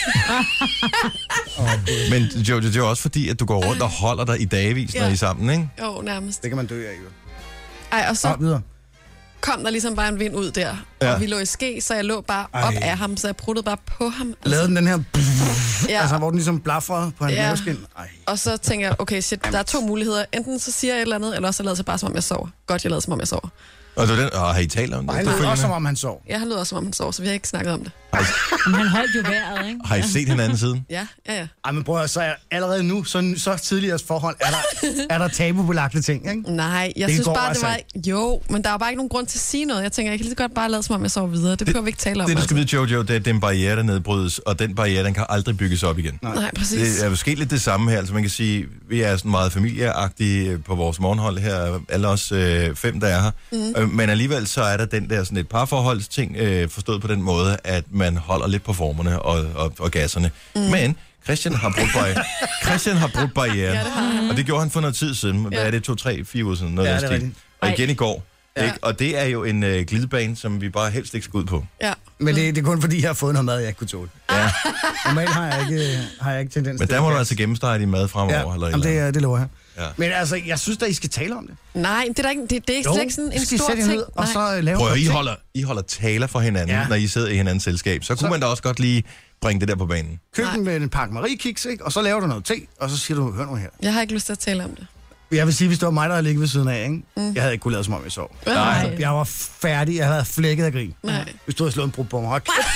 Men Jojo, det er jo også fordi, at du går rundt og holder dig i dagevis, når I er sammen, ikke? Jo, nærmest. Det kan man dø af, jo. Ej, og så videre. kom der ligesom bare en vind ud der, og vi lå i ske, så jeg lå bare op af ham, så jeg pruttede bare på ham. Lavede den her... Altså, hvor den ligesom blafrede på hans maveskin. Og så tænker jeg, okay, shit, der er 2 muligheder. Enten så siger jeg et eller andet, eller også lader jeg bare, som om jeg sover. Godt, jeg lader som om jeg sover. Og har I talt om det? Han lød også, som om han sov. Ja, han lød også, som om han sov, så vi har ikke snakket om det. Men han holdt jo vejret, ikke? Har I set hinanden siden? Ja. Ej, men prøv at så allerede nu, så tidligere forhold, er der tabubelagte ting, ikke? Nej, jeg synes bare, det var... Jo, men der er bare ikke nogen grund til at sige noget. Jeg tænker, jeg kan lige så godt bare lade, som om jeg sover videre. Det behøver vi ikke tale om. Det, du skal vide, Jojo, det er den barriere, der nedbrydes, og den barriere, den kan aldrig bygges op igen. Nej, præcis. Det er måske lidt det samme her. Altså, man kan sige, vi er sådan meget familieagtige på vores morgenhold her, alle os 5, der er her. Men alligevel så er der den der sådan et parforholdsting, forstået på den måde, at man holder lidt på formerne og gasserne. Men Christian har brudt barrieren, og det gjorde han for noget tid siden. Hvad er det? 2, 3, 4 uger siden? Noget det er og igen i går. Ikke? Og det er jo en glidebane, som vi bare helst ikke skal ud på. Ja. Men det er kun fordi, jeg har fået noget mad, jeg ikke kunne tåle. Ja. Normalt har jeg ikke tendens til. Men der må du altså gennemstege din mad fremover. Ja, det lover jeg. Ja. Men altså, jeg synes da, I skal tale om det. Nej, det er da ikke, det er slet ikke sådan en stor ting. Og så lave prøv, I holder taler for hinanden, når I sidder i hinandens selskab. Så kunne man da også godt lige bringe det der på banen. Køb den med en pakke Marie-kiks, ikke? Og så laver du noget te, og så siger du, hør nu her. Jeg har ikke lyst til at tale om det. Jeg vil sige, hvis det var mig, der havde ligget ved siden af, ikke? Jeg havde ikke kunne lade, som om jeg sov. Nej. Jeg var færdig, jeg havde flækket af grin. Nej. Hvis du havde slået en brud på mig, hold kæft,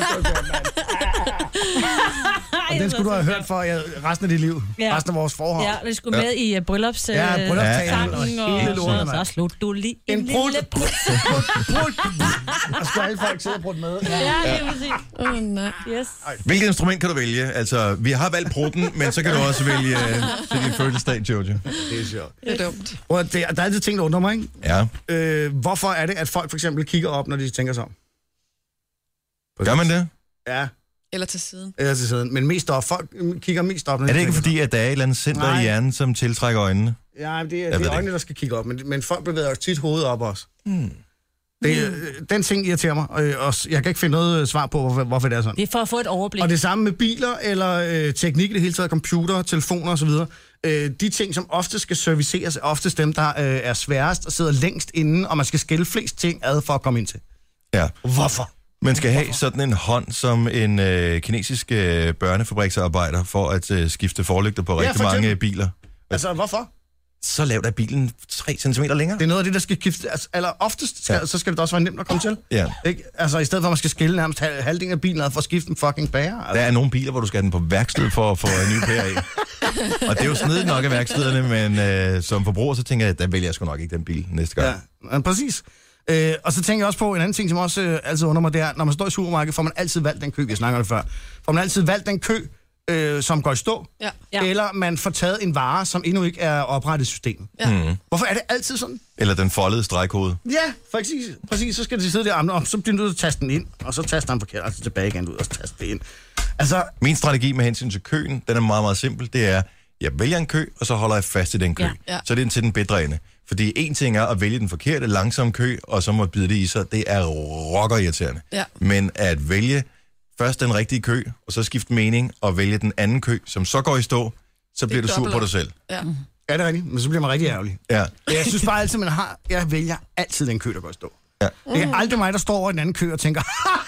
og den skulle du have hørt for resten af dit liv. Resten af vores forhold. Ja, det skulle med i bryllupstalen. Så slog du lige en lille brud. Og skulle alle folk sidde og brudt med. Ja, det er præcis. Nej. Yes. Hvilket instrument kan du vælge? Altså, vi har valgt brudden, men så kan du også vælge til din fødselsdag, Jojo. Det er sjovt. Det er dumt. Og der er altid ting, der undrer mig, ikke? Ja. Hvorfor er det, at folk for eksempel kigger op, når de tænker sig om? Gør man det? Ja. Eller til siden. Men mest op. Folk kigger mest op, når er det ikke fordi, at der er et eller andet center i hjernen, som tiltrækker øjnene? Ja, det er øjnene, der skal kigge op. Men folk bevæger jo tit hovedet op også. Den ting irriterer mig, og jeg kan ikke finde noget svar på, hvorfor det er sådan. Det er for at få et overblik. Og det samme med biler, eller teknik i det hele taget, computer, telefoner osv. De ting, som ofte skal serviceres, er oftest dem, der er sværest og sidder længst inde, og man skal skille flest ting ad for at komme ind til. Ja. Hvorfor? Man skal have sådan en hånd som en kinesisk børnefabriksarbejder for at skifte forlygter på rigtig mange biler. Altså, hvorfor? Så lav da bilen 3 cm længere. Det er noget af det, der skal skifte. Altså, eller oftest, så skal det også være nemt at komme til. Ja. Ikke? Altså, i stedet for, at man skal skille nærmest halvdelen af bilen ad for at skifte en fucking bager. Altså. Der er nogle biler, hvor du skal have den på værksted for at få en ny pære af. Og det er jo snedigt nok af værkstederne, men som forbruger, så tænker jeg, der vælger jeg sgu nok ikke den bil næste gang. Ja, præcis. Og så tænker jeg også på en anden ting, som også altid undrer mig, det er, når man står i supermarkedet, får man altid valgt den kø, vi snakker om det før. Får man altid valgt den kø, som går i stå, eller man får taget en vare, som endnu ikke er oprettet i systemet. Ja. Hvorfor er det altid sådan? Eller den foldede stregkode. Ja, præcis. Så skal de sidde der, og så bliver du nødt til at taste den ind, og så taster han forkert, og så tilbage igen ud og taste det ind. Altså, min strategi med hensyn til køen, den er meget, meget simpel. Det er, jeg vælger en kø, og så holder jeg fast i den kø. Ja. Så det er til den bedre ende. Fordi en ting er at vælge den forkerte, langsomme kø, og så må bide det i sig. Det er rockerirriterende. Ja. Men at vælge først den rigtige kø, og så skifte mening, og vælge den anden kø, som så går i stå, så bliver du sur på dig selv. Ja, det er rigtigt, men så bliver man rigtig ærgerlig. Ja. Jeg synes bare altid, jeg vælger altid den kø, der går i stå. Ja. Det er aldrig mig, der står over i den anden kø og tænker,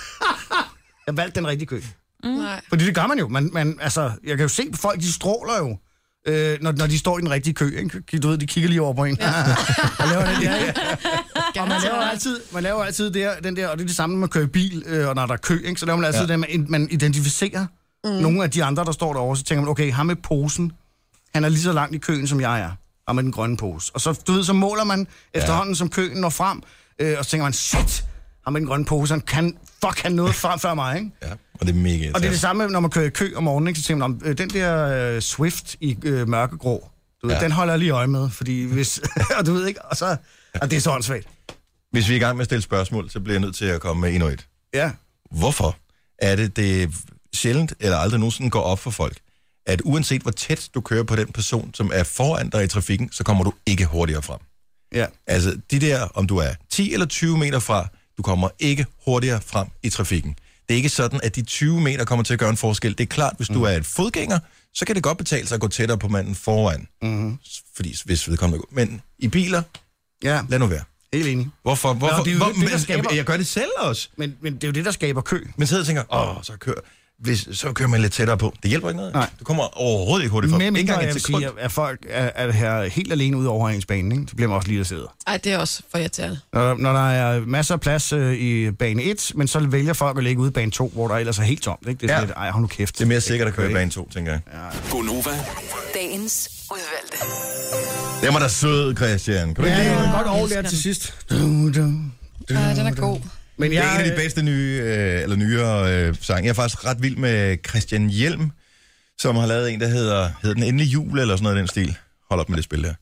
jeg valgte den rigtige kø. Fordi det gør man jo. Altså, jeg kan jo se på folk, de stråler jo. Når de står i den rigtige kø, ikke? Du ved, de kigger lige over på en. Og laver den der. Og man laver altid den der, og det er det samme, når man kører bil, og når der er kø, ikke? Så laver man altid det, man identificerer nogle af de andre, der står derovre, så tænker man, okay, ham med posen, han er lige så langt i køen, som jeg er, og med den grønne pose. Og så, du ved, så måler man efterhånden, som køen når frem, og så tænker man, shit, ham med den grønne pose, han noget frem før mig, ikke? Ja. Og det er mega irriterende. Og det er det samme, når man kører i kø om morgenen, ikke? Så tænker man, den der Swift i mørkegrå, du ved, den holder jeg lige øje med, fordi hvis... og du ved ikke, og det er så åndssvagt. Hvis vi er i gang med at stille spørgsmål, så bliver jeg nødt til at komme med endnu et. Ja. Hvorfor er det sjældent, eller aldrig nogensinde går op for folk, at uanset hvor tæt du kører på den person, som er foran dig i trafikken, så kommer du ikke hurtigere frem. Ja. Altså, de der, om du er 10 eller 20 meter fra, du kommer ikke hurtigere frem i trafikken. Det er ikke sådan, at de 20 meter kommer til at gøre en forskel. Det er klart, hvis du er et fodgænger, så kan det godt betale sig at gå tættere på manden foran. Fordi hvis vedkommende går. Men i biler, lad nu være. Helt enig. Hvorfor? Jeg gør det selv også. Men det er jo det, der skaber kø. Men så tænker så kører man lidt tættere på. Det hjælper ikke noget. Nej. Du kommer overhovedet ikke hurtigt frem. Men mindre, jeg vil sige, at folk er her helt alene ude over overhængsbanen, ikke? Så bliver man også lige at sidde. Ej, det er også for irriterende. Når der er masser af plads i bane 1, men så vælger folk at ligge ude i bane 2, hvor der ellers er helt tomt. Ikke? Det er sådan lidt, hold nu kæft. Det er mere sikkert at køre i bane 2, tænker jeg. Ja. Gonova. Dagens udvalgte. Det var da sød, Christian. Kan du ikke lide godt overlære til sidst. Ja, den er god. Men det er en af de bedste nyere sange. Jeg er faktisk ret vild med Christian Hjelm, som har lavet en, der hedder Den Endelige Jul, eller sådan noget i den stil. Hold op med det spil der.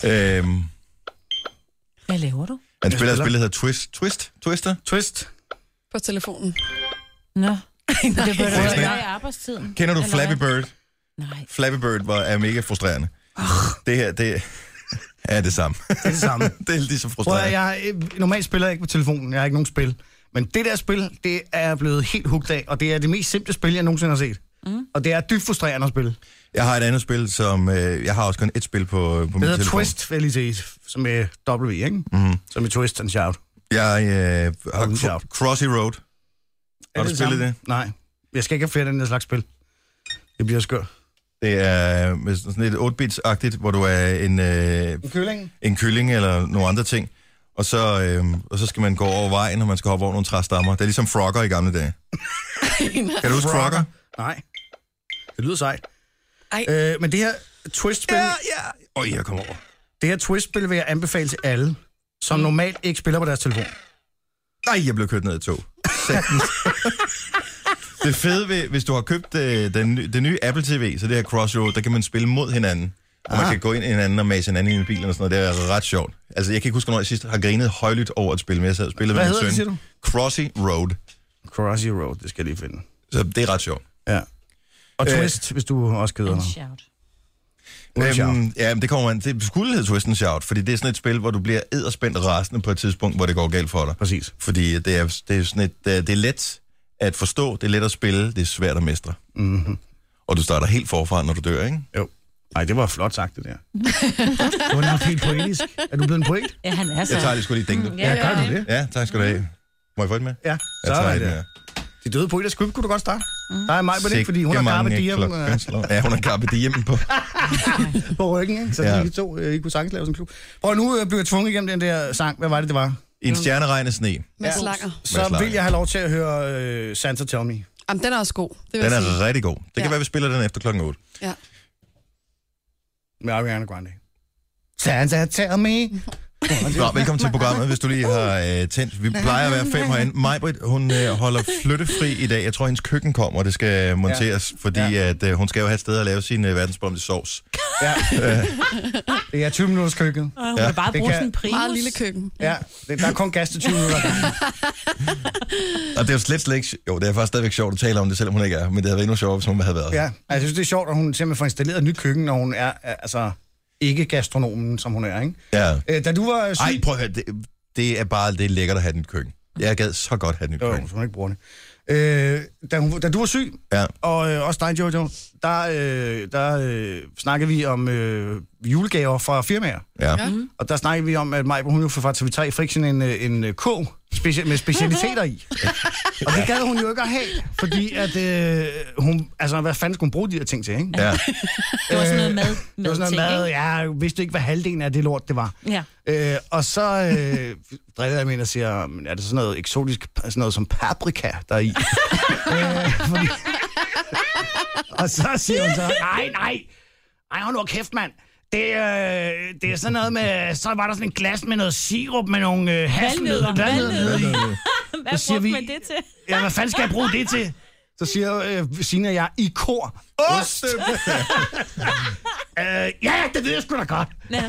Hvad laver du? Han spiller et spil, der hedder Twister. På telefonen. Nå. Det bør du gøre i arbejdstiden. Kender du Flappy Bird? Nej. Flappy Bird er mega frustrerende. Det her, det er det samme. Det er det samme. Det er lige så frustrerende. Normalt spiller jeg ikke på telefonen. Jeg har ikke nogen spil. Men det der spil, det er blevet helt hooked af, og det er det mest simple spil, jeg nogensinde har set. Og det er dybt frustrerende at spille. Jeg har et andet spil, som... jeg har også kun et spil på min telefon. Det hedder Twist, vil jeg sige, som er W, ikke? Som er Twist and Shout. Jeg har Crossy Road. Har du spillet det? Nej. Jeg skal ikke have flere af den der slags spil. Det bliver skørt. Det er sådan lidt 8-bits-agtigt, hvor du er en kylling eller nogle andre ting. Og så skal man gå over vejen, og man skal hoppe over nogle træstammer. Det er ligesom Frogger i gamle dage. Kan du huske Frogger? Nej. Det lyder sejt. Men det her Twist-spil... Jeg kommer over. Det her Twist-spil vil jeg anbefale til alle, som normalt ikke spiller på deres telefon. Nej, jeg blev kørt ned i tog. Det fede ved, hvis du har købt det nye Apple TV, så det her Crossroad, der kan man spille mod hinanden. Og man kan gå ind i hinanden og mase hinanden i bilen og sådan noget. Det er ret sjovt. Altså, jeg kan ikke huske, når jeg sidst har grinet højlydt over at spille med. Jeg sad og spillede med min søn. Hvad hedder det, siger du? Crossy Road. Crossy Road, det skal jeg lige finde. Så det er ret sjovt. Ja. Og Twist, hvis du også keder dig. Ja, det kommer man. Det skulle hedde Twist and Shout, fordi det er sådan et spil, hvor du bliver edderspændt rasende på et tidspunkt, hvor det går galt for dig. Præcis. Fordi det er sådan det er let at forstå, det er let at spille, det er svært at mestre. Og du starter helt forfra, når du dør, ikke? Jo. Nej, det var flot sagt, det der. Det var nok helt poetisk. Er du blevet en poet? Ja, han er så. Jeg tager lige sgu lige dænke. Ja, gør du det? Ja, tak skal du have. Må jeg få et med? Ja, så er det. De døde poeters klub, kunne du godt starte. Der er mig på det, fordi hun har Carpe Diem. Ja, hun har Carpe Diem på. På ryggen, ikke? Så de to ikke kunne sagtens lave sådan en klub. Og nu bliver jeg tvunget igennem den der sang. Hvad var det var? En stjerneregn af sne. Med slanger. Så vil jeg have lov til at høre Santa Tell Me. Jamen, den er også god. Den er rigtig god. Det kan være, vi spiller den efter klokken 8. Ja. Med Ariana Grande. Santa Tell Me. Nå, velkommen til programmet, hvis du lige har tændt. Vi plejer at være 5 herinde. Majbrit, hun holder flyttefri i dag. Jeg tror, hendes køkken kommer, og det skal monteres, fordi at, hun skal jo have et sted at lave sin verdensberømte sovs. Ja. Det er 20 minutters køkken. Hun kan bare bruge sådan en primus. Meget lille køkken. Ja, der er kun gas til 20 minutter. Og det er jo slet ikke... Jo, det er faktisk stadigvæk sjovt at tale om det, selvom hun ikke er. Men det havde været endnu sjovt, hvis hun havde været. Ja, altså, jeg synes, det er sjovt, at hun simpelthen får installeret et nyt køkken, når hun er... altså ikke gastronomen, som hun er, ikke? Ja. Da du var syg... Ej, prøv at høre, det er bare det er lækkert at have et nyt køkken. Jeg gad så godt have et nyt køkken. Så hun ikke bruger det. Da du var syg, og også dig, Jojo, der snakkede vi om julegaver fra firmaer. Ja. Og der snakkede vi om, at Majbo, hun jo fra TV3 fik sådan en kog med specialiteter i. Og det gad hun jo ikke at have, fordi at hun... Altså, hvad fanden skulle hun bruge de der ting til, ikke? Ja. Det var sådan noget mad. Det var sådan noget mad, jeg vidste ikke, hvad halvdelen af det lort, det var. Ja. Og så driller jeg mig ind og siger, er det sådan noget eksotisk, sådan noget som paprika, der er i? Fordi... Og så siger hun så, nej, hold nu kæft, mand. Det er sådan noget med, så var der sådan en glas med noget sirup med nogle hasselnødder. Hvad brugte man det til? Ja, hvad fanden skal jeg bruge det til? Så siger Signe og jeg i kor. Ost! Ja, det ved jeg sgu da godt.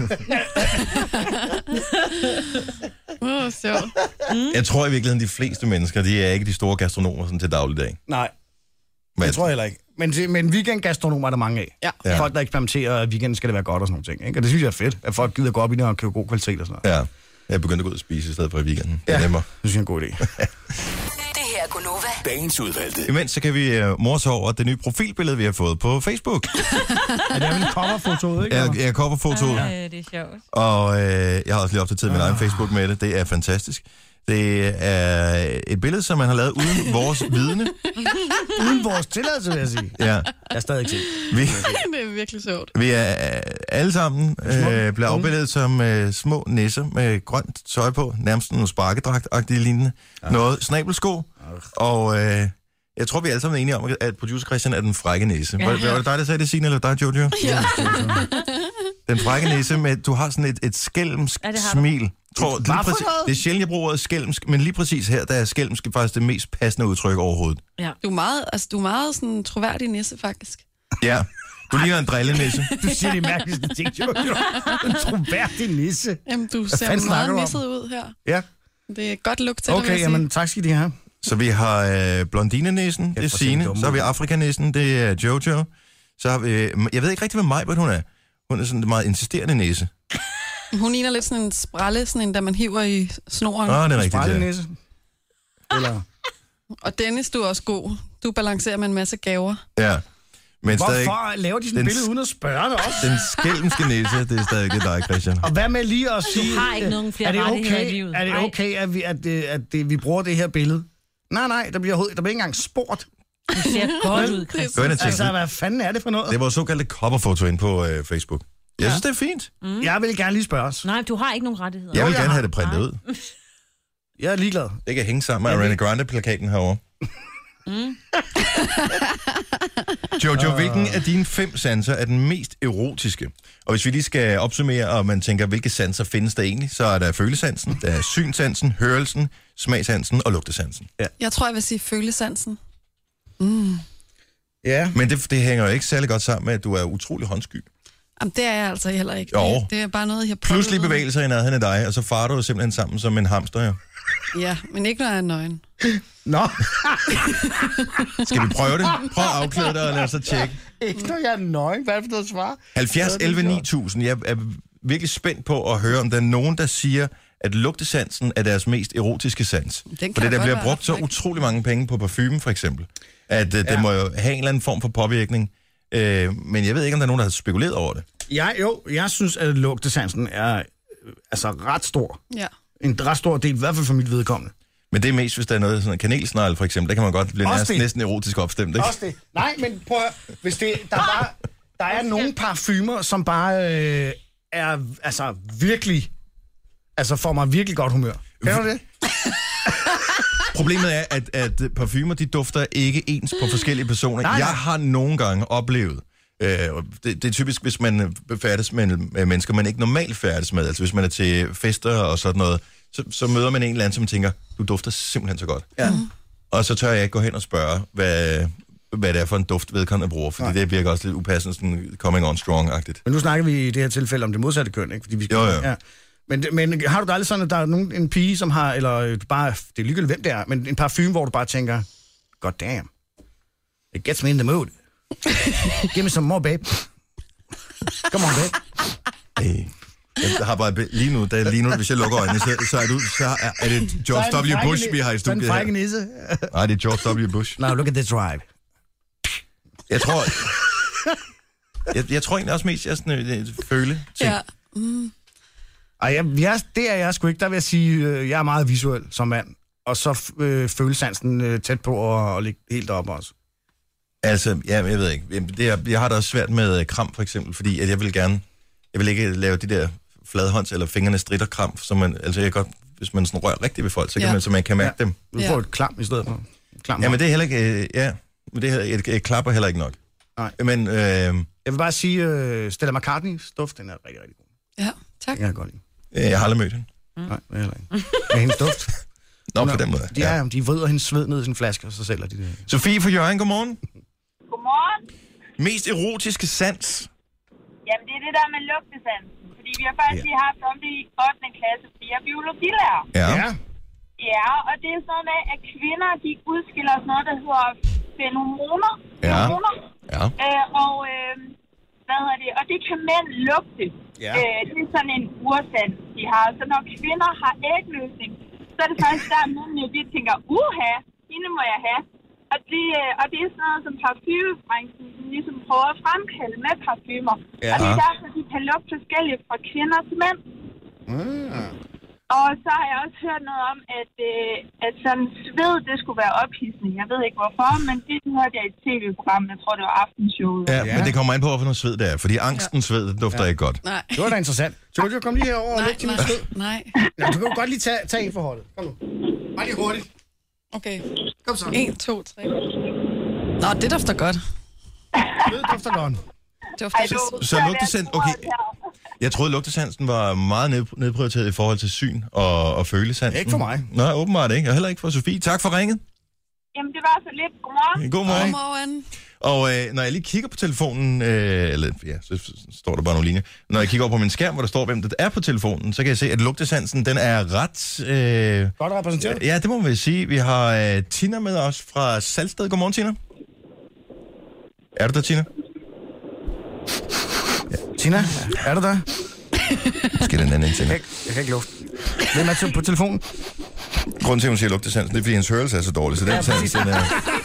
Jeg tror i virkeligheden, de fleste mennesker, de er ikke de store gastronomer sådan til dagligdag. Nej, det tror jeg heller ikke. Men weekendgastronomer er der mange af. Ja. Folk, der eksperimenterer, at weekenden skal det være godt og sådan nogle ting. Ikke? Og det synes jeg er fedt, at folk gider gå op i det og købe god kvalitet og sådan noget. Ja, jeg er begyndt at gå ud og spise i stedet for i weekenden. Ja, det er nemmere. det synes jeg er en god idé. Det her er Gunova. Dagens udvalgte. Imens så kan vi morse over det nye profilbillede, vi har fået på Facebook. Er det vel coverfotoet, ikke? Ja, coverfotoet. Det er sjovt. Og jeg har også lige opdateret min egen Facebook med det. Det er fantastisk. Det er et billede, som man har lavet uden vores vidne. Uden vores tilladelse, vil jeg sige. Ja. Jeg er stadig ikke Det er virkelig sjovt. Vi er alle sammen blevet afbildet som små nisser med grønt tøj på. Nærmest nogle sparkedragt-agtige lignende. Ja. Noget snabelsko. Og jeg tror, vi er alle sammen enige om, at producer Christian er den frække nisse. Var det dig, der sagde det, Signe, eller dig, Jojo? Ja. Den frække nisse med, du har sådan et skælmsk smil. Tror, det er sjældent, jeg bruger ordet skælmsk, men lige præcis her, der er skælmsk faktisk det mest passende udtryk overhovedet. Ja. Du er meget sådan troværdig nisse, faktisk. Ja, du ligner en drillenisse. Du siger det mærkeligste ting, Jojo. En troværdig nisse. Jamen, du ser meget nisset ud her. Ja. Det er godt look til dig, Okay, jamen tak skal de have. Så vi har blondinenissen, det er Signe. Så har vi afrikanissen, det er Jojo. Så har vi, jeg ved ikke rigtig, hvad Majbert hun er. Hun er sådan en meget insisterende næse. Hun ligner lidt sådan en sprælle, sådan en, der man hiver i snoren. Det er rigtigt, Sprælle-nisse. Eller... Og Dennis, du er også god. Du balancerer med en masse gaver. Ja. Men hvorfor laver de sådan et billede uden at spørge dig også? Den skælmske næse, det er stadig ikke dig, Christian. Og hvad med lige at sige... Du har ikke nogen flere rettigheder i livet. Er det okay, at vi bruger det her billede? Nej, der bliver ikke engang spurgt. Du ser godt ud, Christian. Altså, hvad fanden er det for noget? Det er vores såkaldte coverfoto ind på Facebook. Jeg synes, det er fint. Jeg vil gerne lige spørge os. Nej, du har ikke nogen rettigheder. Jeg vil gerne have det printet ud. Jeg er ligeglad. Det kan hænge sammen med Ariana Grande-plakaten herovre. Jojo, hvilken af dine 5 sanser er den mest erotiske? Og hvis vi lige skal opsummere, og man tænker, hvilke sanser findes der egentlig, så er der følesansen, der er synsansen, hørelsen, smagsansen og lugtesansen. Ja. Jeg tror, jeg vil sige følesansen. Ja. Men det hænger jo ikke særlig godt sammen med, at du er utrolig håndsky. Jamen, det er jeg altså heller ikke. Jo. Det er bare noget, jeg prøver. Pludselig bevægelser i nærheden af dig, og så farer du simpelthen sammen som en hamster, jo. Ja, men ikke når jeg er nøgen. Nå. Skal vi prøve det? Prøv at afklæde dig og lad os så tjekke. Ikke når jeg er nøgen. Hvad er det for noget svar? 70 11 9000. Jeg er virkelig spændt på at høre, om der er nogen, der siger, at lugtesansen er deres mest erotiske sans. For det der bliver brugt så utrolig mange penge på parfume, for eksempel. At det må jo have en eller anden form for påvirkning. Men jeg ved ikke, om der er nogen, der har spekuleret over det. Jeg synes, at lugtesansen er altså ret stor. Ja. En ret stor del, i hvert fald for mit vedkommende. Men det er mest, hvis der er noget sådan en kanelsnegl, for eksempel. Der kan man godt blive næsten erotisk opstemt, ikke? Også det. Nej, men prøv at høre. Hvis det, der er nogle parfumer, som bare er altså virkelig... Altså får mig virkelig godt humør. Kan du det? Problemet er, at parfumer, de dufter ikke ens på forskellige personer. Nej. Jeg har nogle gange oplevet, det er typisk, hvis man færdes med mennesker, man ikke normalt færdes med. Altså hvis man er til fester og sådan noget, så møder man en eller anden, som tænker, du dufter simpelthen så godt. Ja. Og så tør jeg ikke gå hen og spørge, hvad det er for en duft, vedkommende bruger, fordi det virker også lidt upassende, sådan coming on strong-agtigt. Men nu snakker vi i det her tilfælde om det modsatte køn, ikke? Fordi vi skal, ja. Men har du da aldrig sådan, at der er en pige, som har, eller bare, det er ligegyldigt, hvem det er, men en parfume, hvor du bare tænker, god damn, it gets me in the mood. Give me some more, babe. Come on, babe. Jeg har bare lige nu, hvis jeg lukker øjnene, så er det George W. Bush, vi har i studiet her. Nej, det er George W. Bush. Now look at this drive. Jeg tror egentlig også mest, jeg er sådan en føle ting. Ja. Det er jeg sgu ikke. Der vil jeg sige, jeg er meget visuel som mand. Og så følesansen tæt på at ligge helt op også. Altså, jeg ved ikke. Jeg har det også svært med kram, for eksempel, fordi at jeg vil ikke lave de der fladhånds- eller fingrene stritter kram, som man, altså jeg godt, hvis man sådan rører rigtigt ved folk, så kan man kan mærke dem. Du får et klam i stedet for. Ja, men det er heller ikke, men det klapper heller ikke nok. Nej. Men, jeg vil bare sige, Stella McCartney's duft, den er rigtig, rigtig god. Ja, tak. Jeg kan godt lide. Jeg har aldrig mødt hende. Nej, det er heller ikke. Men hendes duft. Nå, på den måde. De vrider hendes sved ned i sin flaske, og så sælger de det. Sofie fra Jørgen, godmorgen. Godmorgen. Mest erotiske sans? Jamen, det er det der med lugtesansen. Fordi vi har faktisk lige haft om det i 8. klasse, fordi jeg er biologilærer. Ja. Ja, og det er sådan med, at kvinder, de udskiller sådan noget, der hedder fenomoner. Ja. Ja. Og det kan mænd lugte. Ja. Det er sådan en ursand, de har. Så når kvinder har ægløsning, så er det faktisk der, mændene de tænker, hende må jeg have. Og det er sådan noget, som parfumebranchen ligesom prøver at fremkalde med parfumer. Ja. Og det er derfor, de kan lugte forskelligt fra kvinder til mænd. Og så har jeg også hørt noget om, at sådan sved, det skulle være ophidsning. Jeg ved ikke hvorfor, men det hørte jeg i et tv-program. Jeg tror, det var Aftenshowet. Ja, men det kommer an på, hvorfor noget sved det er. Fordi angstens sved, det dufter ikke godt. Nej. Det var da interessant. Jojo, kom lige herover og læg til min sved. Nej. Nå, du kan jo godt lige tage en for holdet. Kom nu. Bare lige hurtigt. Okay. Kom så. 1, 2, 3. Nå, det dufter godt. Det dufter godt. Så lugtesand, okay. Jeg troede, lugtesansen var meget nedprioriteret i forhold til syn og følesansen. Ikke for mig. Nej, åbenbart ikke. Og heller ikke for Sofie. Tak for ringet. Jamen, det var så lidt. Godmorgen. Godmorgen. Og når jeg lige kigger på telefonen, så står der bare nogle linjer. Når jeg kigger over på min skærm, hvor der står, hvem det er på telefonen, så kan jeg se, at lugtesansen, den er ret... Godt repræsenteret. Ja, det må vi sige. Vi har Tina med os fra Salsted. Godmorgen, Tina. Er du der, Tina? Tina, er du der? Måske den anden Tina. Jeg kan ikke lufte. Hvem er på telefonen? Grunden til, at hun siger lugtesansen, det er, fordi hendes hørelse er så dårlig, så den sans, den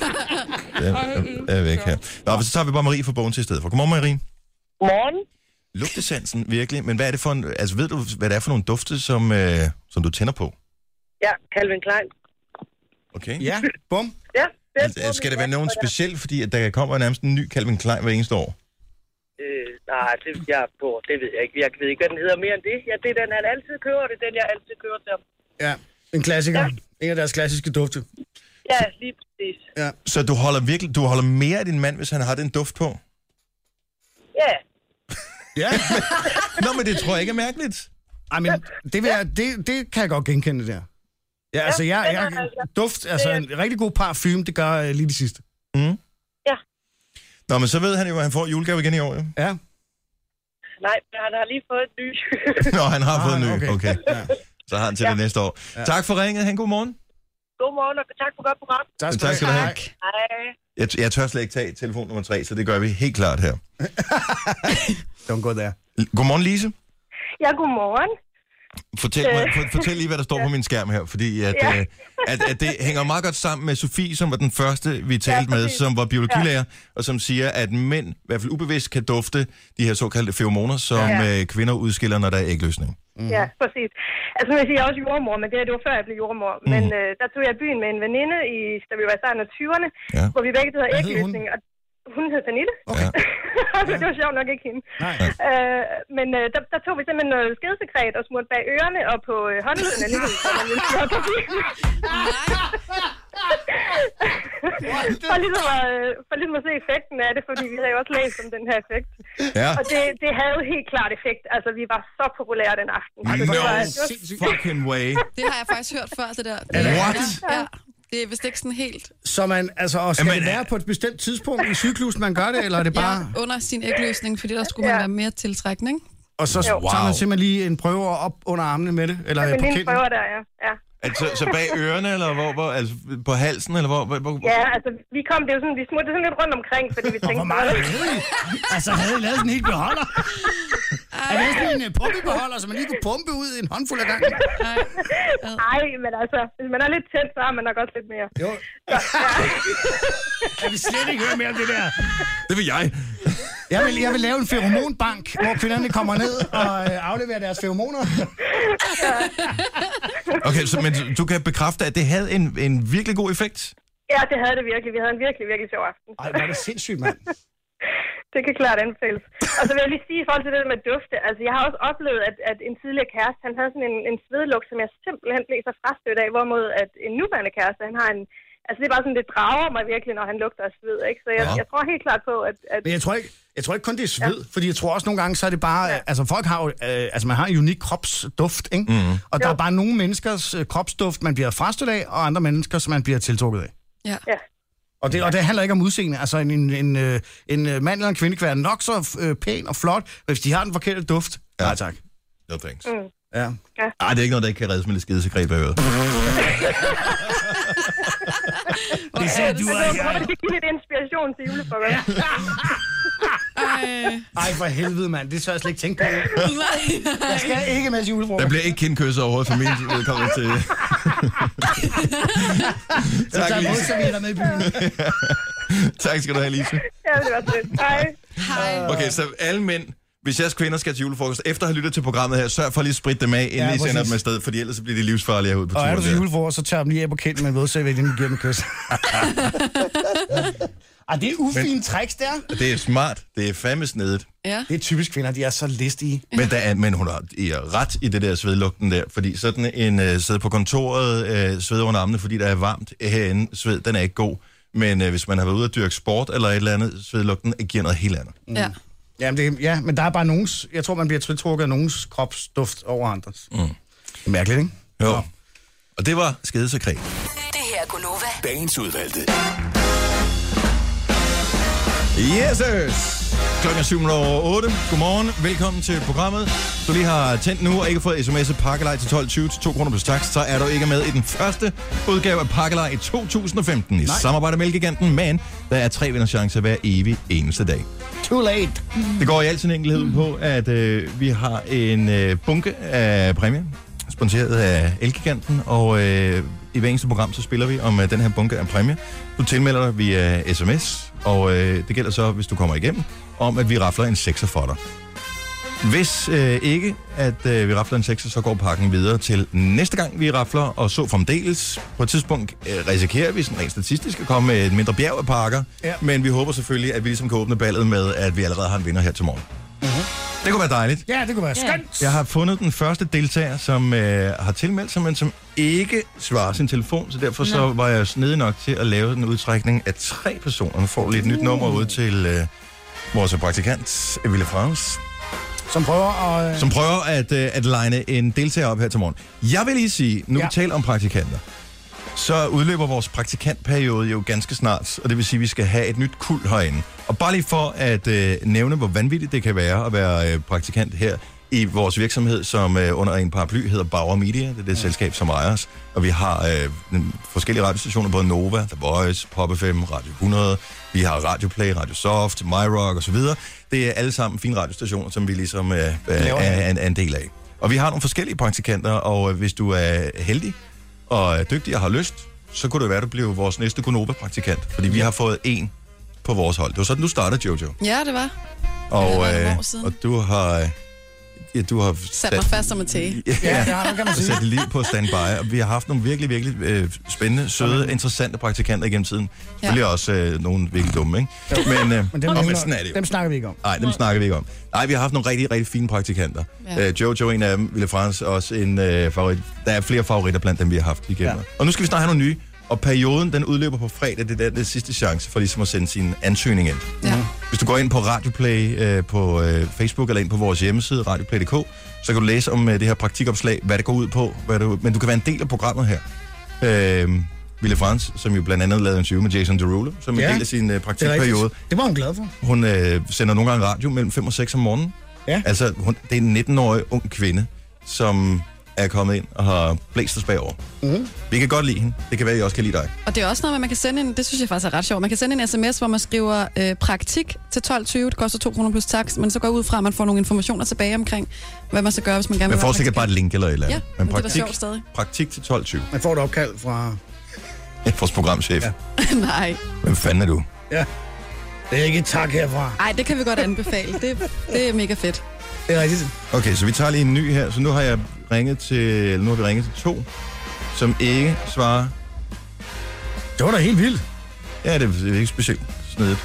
er væk her. Nå, så tager vi bare Marie fra Bogen til i stedet for. Godmorgen, Marie. Godmorgen. Lugtesansen, virkelig. Men hvad er det for ved du, hvad det er for nogle dufte, som du tænder på? Ja, Calvin Klein. Okay. Ja, bum. Ja. Skal det være nogen specielt, fordi at der kommer nærmest en ny Calvin Klein hver eneste år? Nej, det ved jeg ikke. Jeg ved ikke, hvad den hedder mere end det. Ja, det er den, han altid kører. Det er den, jeg altid kører til ham. Ja, en klassiker. Ja. En af deres klassiske dufte. Ja, lige præcis. Ja. Så du holder mere af din mand, hvis han har den duft på? Ja. Ja. Nå, men det tror jeg ikke er mærkeligt. Ej, men det kan jeg godt genkende der. Ja, altså duft, altså en rigtig god parfume, det gør lige det sidste. Mm. Nå, men så ved han jo, at han får julegave igen i år, jo. Ja. Nej, han har lige fået en ny. Nå, han har fået en ny. Okay. Ja. Så har han til det næste år. Ja. Tak for ringet. Han god morgen. God morgen, og tak for godt program. Tak skal du have. Hej. Jeg tør slet ikke tage telefon nummer 3, så det gør vi helt klart her. Don't go there. Godmorgen, Lise. Ja, godmorgen. Fortæl lige, hvad der står på min skærm her, fordi at det hænger meget godt sammen med Sofie, som var den første, vi talte med, som var biologilærer, og som siger, at mænd, i hvert fald ubevidst, kan dufte de her såkaldte feromoner, som kvinder udskiller, når der er ægløsning. Ja, præcis. Altså, jeg siger også jordmor, men det var før jeg blev jordmor. Men der tog jeg i byen med en veninde, da vi var i starten af 20'erne, hvor vi begge havde ægløsning. Hun hed Pernille. Okay. Det var sjovt nok ikke hende. Men der tog vi simpelthen noget skedesekret og smurte bag ørerne og på håndleden alligevel. For ligesom at se effekten af det, fordi vi havde jo også læst om den her effekt. Ja. Og det havde jo helt klart effekt. Altså, vi var så populære den aften. Fucking way. Det har jeg faktisk hørt før, det der. What? Ja. Det er vist ikke sådan helt. Så man, altså, og skal det være på et bestemt tidspunkt i cyklusen, man gør det, eller er det bare... Ja, under sin ægløsning, fordi der skulle man være mere tiltrækkende, ikke? Og så tager man simpelthen lige en prøve op under armene med det, eller på kinden? En prøver der, ja. Altså, så bag ørerne, eller hvor altså på halsen, eller hvor? Ja, altså, vi smurte sådan lidt rundt omkring, fordi vi tænkte... Hvor meget altså, havde I lavet sådan en helt beholder? Er det sådan en pumpebeholder, så man lige kunne pumpe ud en håndfuld af gangen? Nej, men altså, hvis man er lidt tæt, så har man nok også lidt mere. Jo. Jeg vil slet ikke høre mere om det der. Det vil jeg. Jeg vil lave en feromonbank, hvor kvinderne kommer ned og afleverer deres feromoner. Okay, men du kan bekræfte, at det havde en virkelig god effekt? Ja, det havde det virkelig. Vi havde en virkelig, virkelig sjov aften. Ej, hvor er det sindssygt, mand. Det kan klart anbefales. Og så vil jeg lige sige i forhold til det med dufte. Altså, jeg har også oplevet, at en tidligere kæreste, han havde sådan en svedlugt, som jeg simpelthen blev så frastødt af, hvorimod at en nuværende kæreste, han har en... Altså, det er bare sådan, det drager mig virkelig, når han lugter af sved, ikke? Så jeg tror helt klart på, at... Men jeg tror ikke kun det er sved, fordi jeg tror også nogle gange, så er det bare... Altså, folk har jo... altså, man har en unik kropsduft, ikke? Mm. Og der er bare nogle menneskers kropsduft, man bliver frastødt af, og andre mennesker, som man bliver tiltrukket af. Ja. Og det handler ikke om udseende. Altså, en mand eller en kvinde kan være nok så pæn og flot, men hvis de har den forkerte duft... Ja. Nej, tak. No thanks. Ja. Det er ikke noget, der ikke kan reddes med lidt skidesekret bag øret. Det siger du, jeg skal give lidt inspiration til julefrokost. Ej, for helvede, mand. Det tør jeg slet ikke tænke på. Jeg skal ikke med julefrokost. Der bliver ikke kindkysset overhovedet for min vedkommende til. Tak, Lise. Med i byen. Tak skal du have, Lise. Ja, det var sødt. Hej. Okay, så alle mænd, hvis jeres kvinder skal til julefrokost, efter at have lyttet til programmet her, sørg for lige at spritte dem af, inden I sender dem afsted, fordi ellers bliver de livsfarlige herude på turen. Og er du til julefrokost, så tager dem lige af på kinden med en vådserviet, inden du giver dem kys. Det er ufint tricks, der. Det er smart. Det er fandme snedigt. Ja. Det er typisk kvinder, de er så listige. Men hun har ret i det der svedlugten der, fordi sådan en sidder på kontoret, sved under armene, fordi der er varmt herinde, sved, den er ikke god. Men hvis man har været ude at dyrke sport eller et eller andet, svedlugten giver noget helt andet. Ja. Men der er bare nogens, jeg tror, man bliver tiltrukket af nogens kropsduft over andres. Det er mærkeligt, ikke? Jo. Ja. Og det var skedesekret. Det her er Gunova. Dagens udvalgte. Yes, klokken er 7:08. Godmorgen, velkommen til programmet. Du lige har tændt nu og ikke fået sms'et pakkelej til 12.20 til 2 kroner plus takst, så er du ikke med i den første udgave af pakkelej i 2015 i samarbejde med Mælkegiganten, men der er 3 vinderchancer hver evig eneste dag. Too late. Det går i al sin enkelhed på, at vi har en bunke af præmier, sponsoreret af Elgiganten, og i hver eneste program, så spiller vi om den her bunke af præmier. Du tilmelder dig via sms, og det gælder så, hvis du kommer igennem, om at vi rafler en 6'er for dig. Hvis ikke, at vi rafler en 6'er, så går pakken videre til næste gang, vi rafler, og så fremdeles. På et tidspunkt risikerer vi sådan rent statistisk at komme med et mindre bjerg af pakker, men vi håber selvfølgelig, at vi ligesom kan åbne ballet med, at vi allerede har en vinder her til morgen. Det kunne være dejligt. Ja, det kunne være skønt. Jeg har fundet den første deltager, som har tilmeldt sig, men som ikke svarer sin telefon, så derfor så var jeg snedig nok til at lave den udtrækning af 3 personer. Nu får lige et nyt nummer ud til vores praktikant, Ville France. Som prøver at line en deltager op her til morgen. Jeg vil lige sige, nu vi taler om praktikanter, så udløber vores praktikantperiode jo ganske snart, og det vil sige, at vi skal have et nyt kuld herinde. Og bare lige for at nævne, hvor vanvittigt det kan være at være praktikant her i vores virksomhed, som under en paraply hedder Bauer Media. Det er det selskab, som ejer os. Og vi har forskellige radiostationer, både Nova, The Voice, Pop FM, Radio 100. Vi har Radio Play, Radio Soft, MyRock osv. Det er alle sammen fine radiostationer, som vi ligesom er en del af. Og vi har nogle forskellige praktikanter, og hvis du er heldig og er dygtig og har lyst, så kunne det være, at du bliver vores næste Gunova-praktikant. Fordi vi har fået en på vores hold. Det var sådan, du startede, Jojo. Ja, det var. Og du har... Ja, du har sat mig fast som en tæge. Ja, kan man sige. Sat dit liv på standby. Og vi har haft nogle virkelig, virkelig spændende, søde, interessante praktikanter igennem tiden. Selvfølgelig også nogle virkelig dumme, ikke? Men sådan er det jo. Dem snakker vi ikke om. Nej, dem snakker vi ikke om. Nej, vi har haft nogle rigtig, rigtig fine praktikanter. Ja. Jojo, en af dem, Ville France, også en favorit. Der er flere favoritter blandt dem, vi har haft igennem. Ja. Og nu skal vi snart have nogle nye. Og perioden, den udløber på fredag. Det er det sidste chance for ligesom at sende sin ansøgning ind. Ja. Hvis du går ind på Radioplay på Facebook eller ind på vores hjemmeside, radioplay.dk, så kan du læse om det her praktikopslag, hvad det går ud på. Men du kan være en del af programmet her. Ville France, som jo blandt andet lavede en interview med Jason Derulo, som en del af sin praktikperiode. Det var hun glad for. Hun sender nogle gange radio mellem 5 og 6 om morgenen. Ja. Altså, det er en 19-årig ung kvinde, som er kommet ind og har blæst os bagover. Vi kan godt lide hende. Det kan være, at I også kan lide dig. Og det er også noget, man kan sende en, det synes jeg faktisk er ret sjovt. Man kan sende en sms, hvor man skriver praktik til 12.20. Det koster 2 kroner plus takst, men så går ud fra, at man får nogle informationer tilbage omkring, hvad man skal gøre, hvis man gerne vil. Man får sikkert bare et link eller et eller andet. Ja, men det er sjovt stadig. Praktik til 12.20. Man får et opkald fra... vores programchef. Ja. Nej. Hvem fanden er du? Ja. Det er ikke et tak herfra. Nej, det kan vi godt anbefale. Det er mega fedt. Det er rigtigt. Okay, så vi tager lige en ny her. Så nu har vi ringet til 2, som ikke svarer. Det var da helt vildt. Ja, det er ikke specielt snedigt.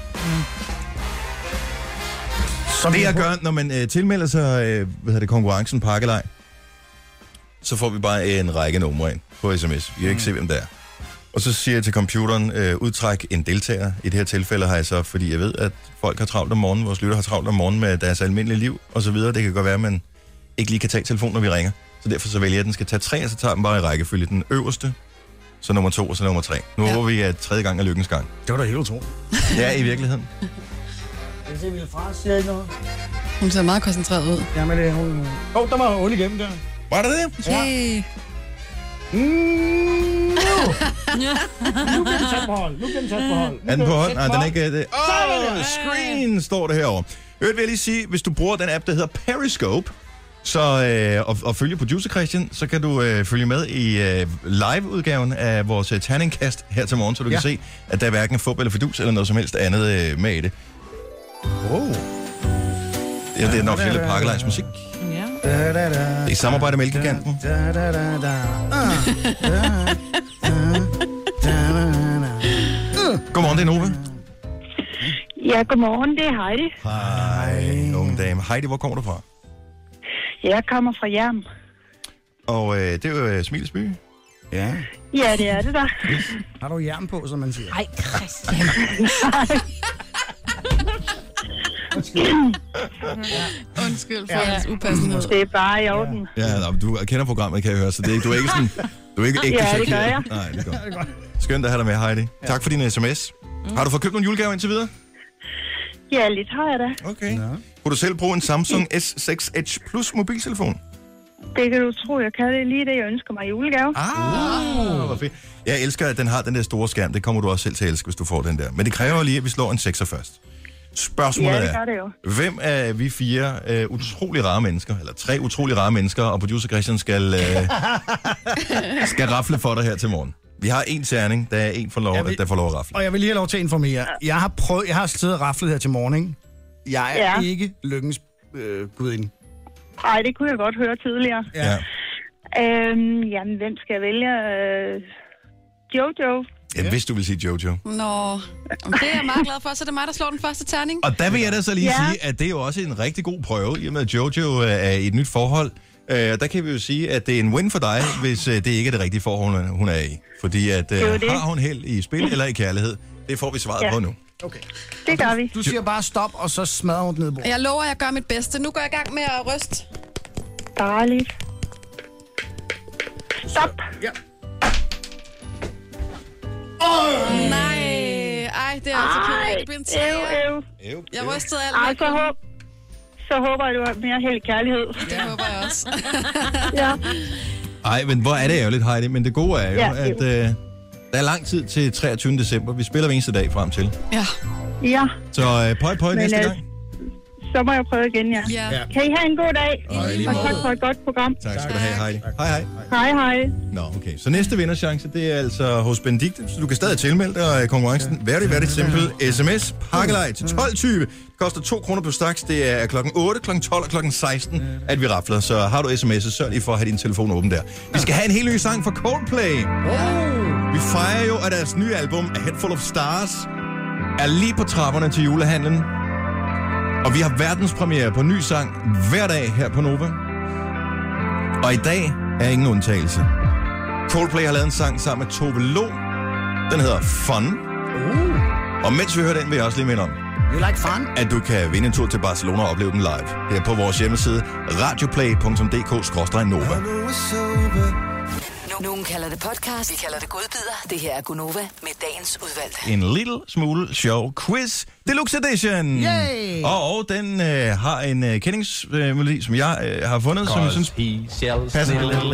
Så det jeg gør, når man tilmelder sig konkurrencen pakkelej, så får vi bare en række numre ind på sms. Vi kan ikke se, hvem det er. Og så siger jeg til computeren, udtræk en deltager. I det her tilfælde har jeg så, fordi jeg ved, at folk har travlt om morgenen, vores lytter har travlt om morgenen med deres almindelige liv og så videre. Det kan godt være, at man ikke lige kan tage telefonen, når vi ringer. Så derfor så vælger jeg, at den skal tage 3, og så tager den bare i rækkefølge. Den øverste, så nummer 2, og så nummer 3. Nu håber vi, at 3. gang er lykkens gang. Det var da helt utroligt. Ja, i virkeligheden. Jeg ser, Ville France siger ikke noget. Hun ser meget koncentreret ud. Jamen, det er hun... Der var hul igennem der. Var det det? Okay. Ja. Nu bliver den sat på hold. Er den på hold? Nej, den er ikke... Screen står det herovre. Vil jeg lige sige, hvis du bruger den app, der hedder Periscope, så, og følger producer Christian, så kan du følge med i live-udgaven af vores terningkast her til morgen, så du kan se, at der er hverken fup eller fidus eller noget som helst andet med i det. Ja, det er den officielle Parkelejs musik. Det er i samarbejde med Elgiganten. Godmorgen, det er Nova. Ja, godmorgen, det er Heidi. Hej, unge dame. Heidi, hvor kommer du fra? Jeg kommer fra Hjerm. Og det er jo Smilesby. Ja. Ja, det er det da. Har du hjerm på, som man siger? Ej, Christian. Undskyld for hans upassenhed. Det er bare i orden. Ja, du kender programmet, kan jeg høre, så det er, du er ikke sådan... Du er ikke ægte ja, det gør jeg. Nej, det er godt. Skønt at have dig med, Heidi. Ja. Tak for din sms. Har du fået købt nogle julegaver indtil videre? Ja, lidt har jeg da. Okay. Ja. Kunne du selv bruge en Samsung S6 Edge Plus mobiltelefon? Det kan du tro, jeg kan. Det lige det, jeg ønsker mig i julegave. Hvor fedt. Jeg elsker, at den har den der store skærm. Det kommer du også selv til at elske, hvis du får den der. Men det kræver lige, at vi slår en 6'er først. Spørgsmålet det gør det jo. Hvem er vi 4 utrolig rare mennesker, eller 3 utrolig rare mennesker, og producer Christian skal rafle for dig her til morgen? Vi har en terning, der er en der får lov at rafle. Og jeg vil lige have lov til at informere. Jeg har siddet og raflet her til morgen, ikke? Jeg er ikke lykkens gudinde. Nej, det kunne jeg godt høre tidligere. Ja. Jamen, hvem skal jeg vælge? Jojo. Jeg vidste, du ville sige Jojo. Nå, det er jeg meget glad for, så det er mig, der slår den første terning. Og der vil jeg da så lige sige, at det er jo også en rigtig god prøve, i og med at Jojo er i et nyt forhold. Der kan vi jo sige, at det er en win for dig, hvis det ikke er det rigtige forhold, hun er i. Fordi at har hun held i spil eller i kærlighed, det får vi svaret på nu. Okay. Det gør vi. Du siger bare stop, og så smadrer hun den ned i bordet. Jeg lover, at jeg gør mit bedste. Nu går jeg i gang med at ryste. Dejligt. Stop. Ja. Nej. Ej, det er altså kedeligt. Det bliver en tære. Jeg rystede alt. Så håber jeg, du har mere held i kærlighed. Det håber jeg også. Ja. Ej, men hvor er det ærgerligt, Heidi. Men det gode er jo, at der er lang tid til 23. december. Vi spiller hver eneste dag frem til. Ja. Så pøj næste gang. Så må jeg prøve igen, ja. Kan I have en god dag? Og tak for et godt program. Tak skal du have, Heidi. Hej. Hej. Nå, okay. Så næste vinderchance, det er altså hos Benedikte. Så du kan stadig tilmelde dig konkurrencen. Very simple. SMS pakkelej til 12.20. Det koster 2 kroner på straks. Det er klokken 8, klokken 12 og klokken 16, at vi rafler. Så har du sms'et, sørg lige for at have din telefon åben der. Vi skal have en helt ny sang fra Coldplay. Vi fejrer jo, at deres nye album, A Head Full of Stars, er lige på trapperne til julehandlen. Og vi har verdenspremiere på ny sang hver dag her på Nova. Og i dag er ingen undtagelse. Coldplay har lavet en sang sammen med Tove Lo. Den hedder Fun. Og mens vi hører den, vil jeg også lige minde om, You like fun? at du kan vinde en tur til Barcelona og opleve den live. Her på vores hjemmeside radioplay.dk/Nova. Nogen kalder det podcast, vi kalder det godbider. Det her er Gunova med dagens udvalgte. En lille smule sjov quiz deluxe edition. Yay! Og den har en kendingsmelodi, som jeg har fundet, som jeg synes passer.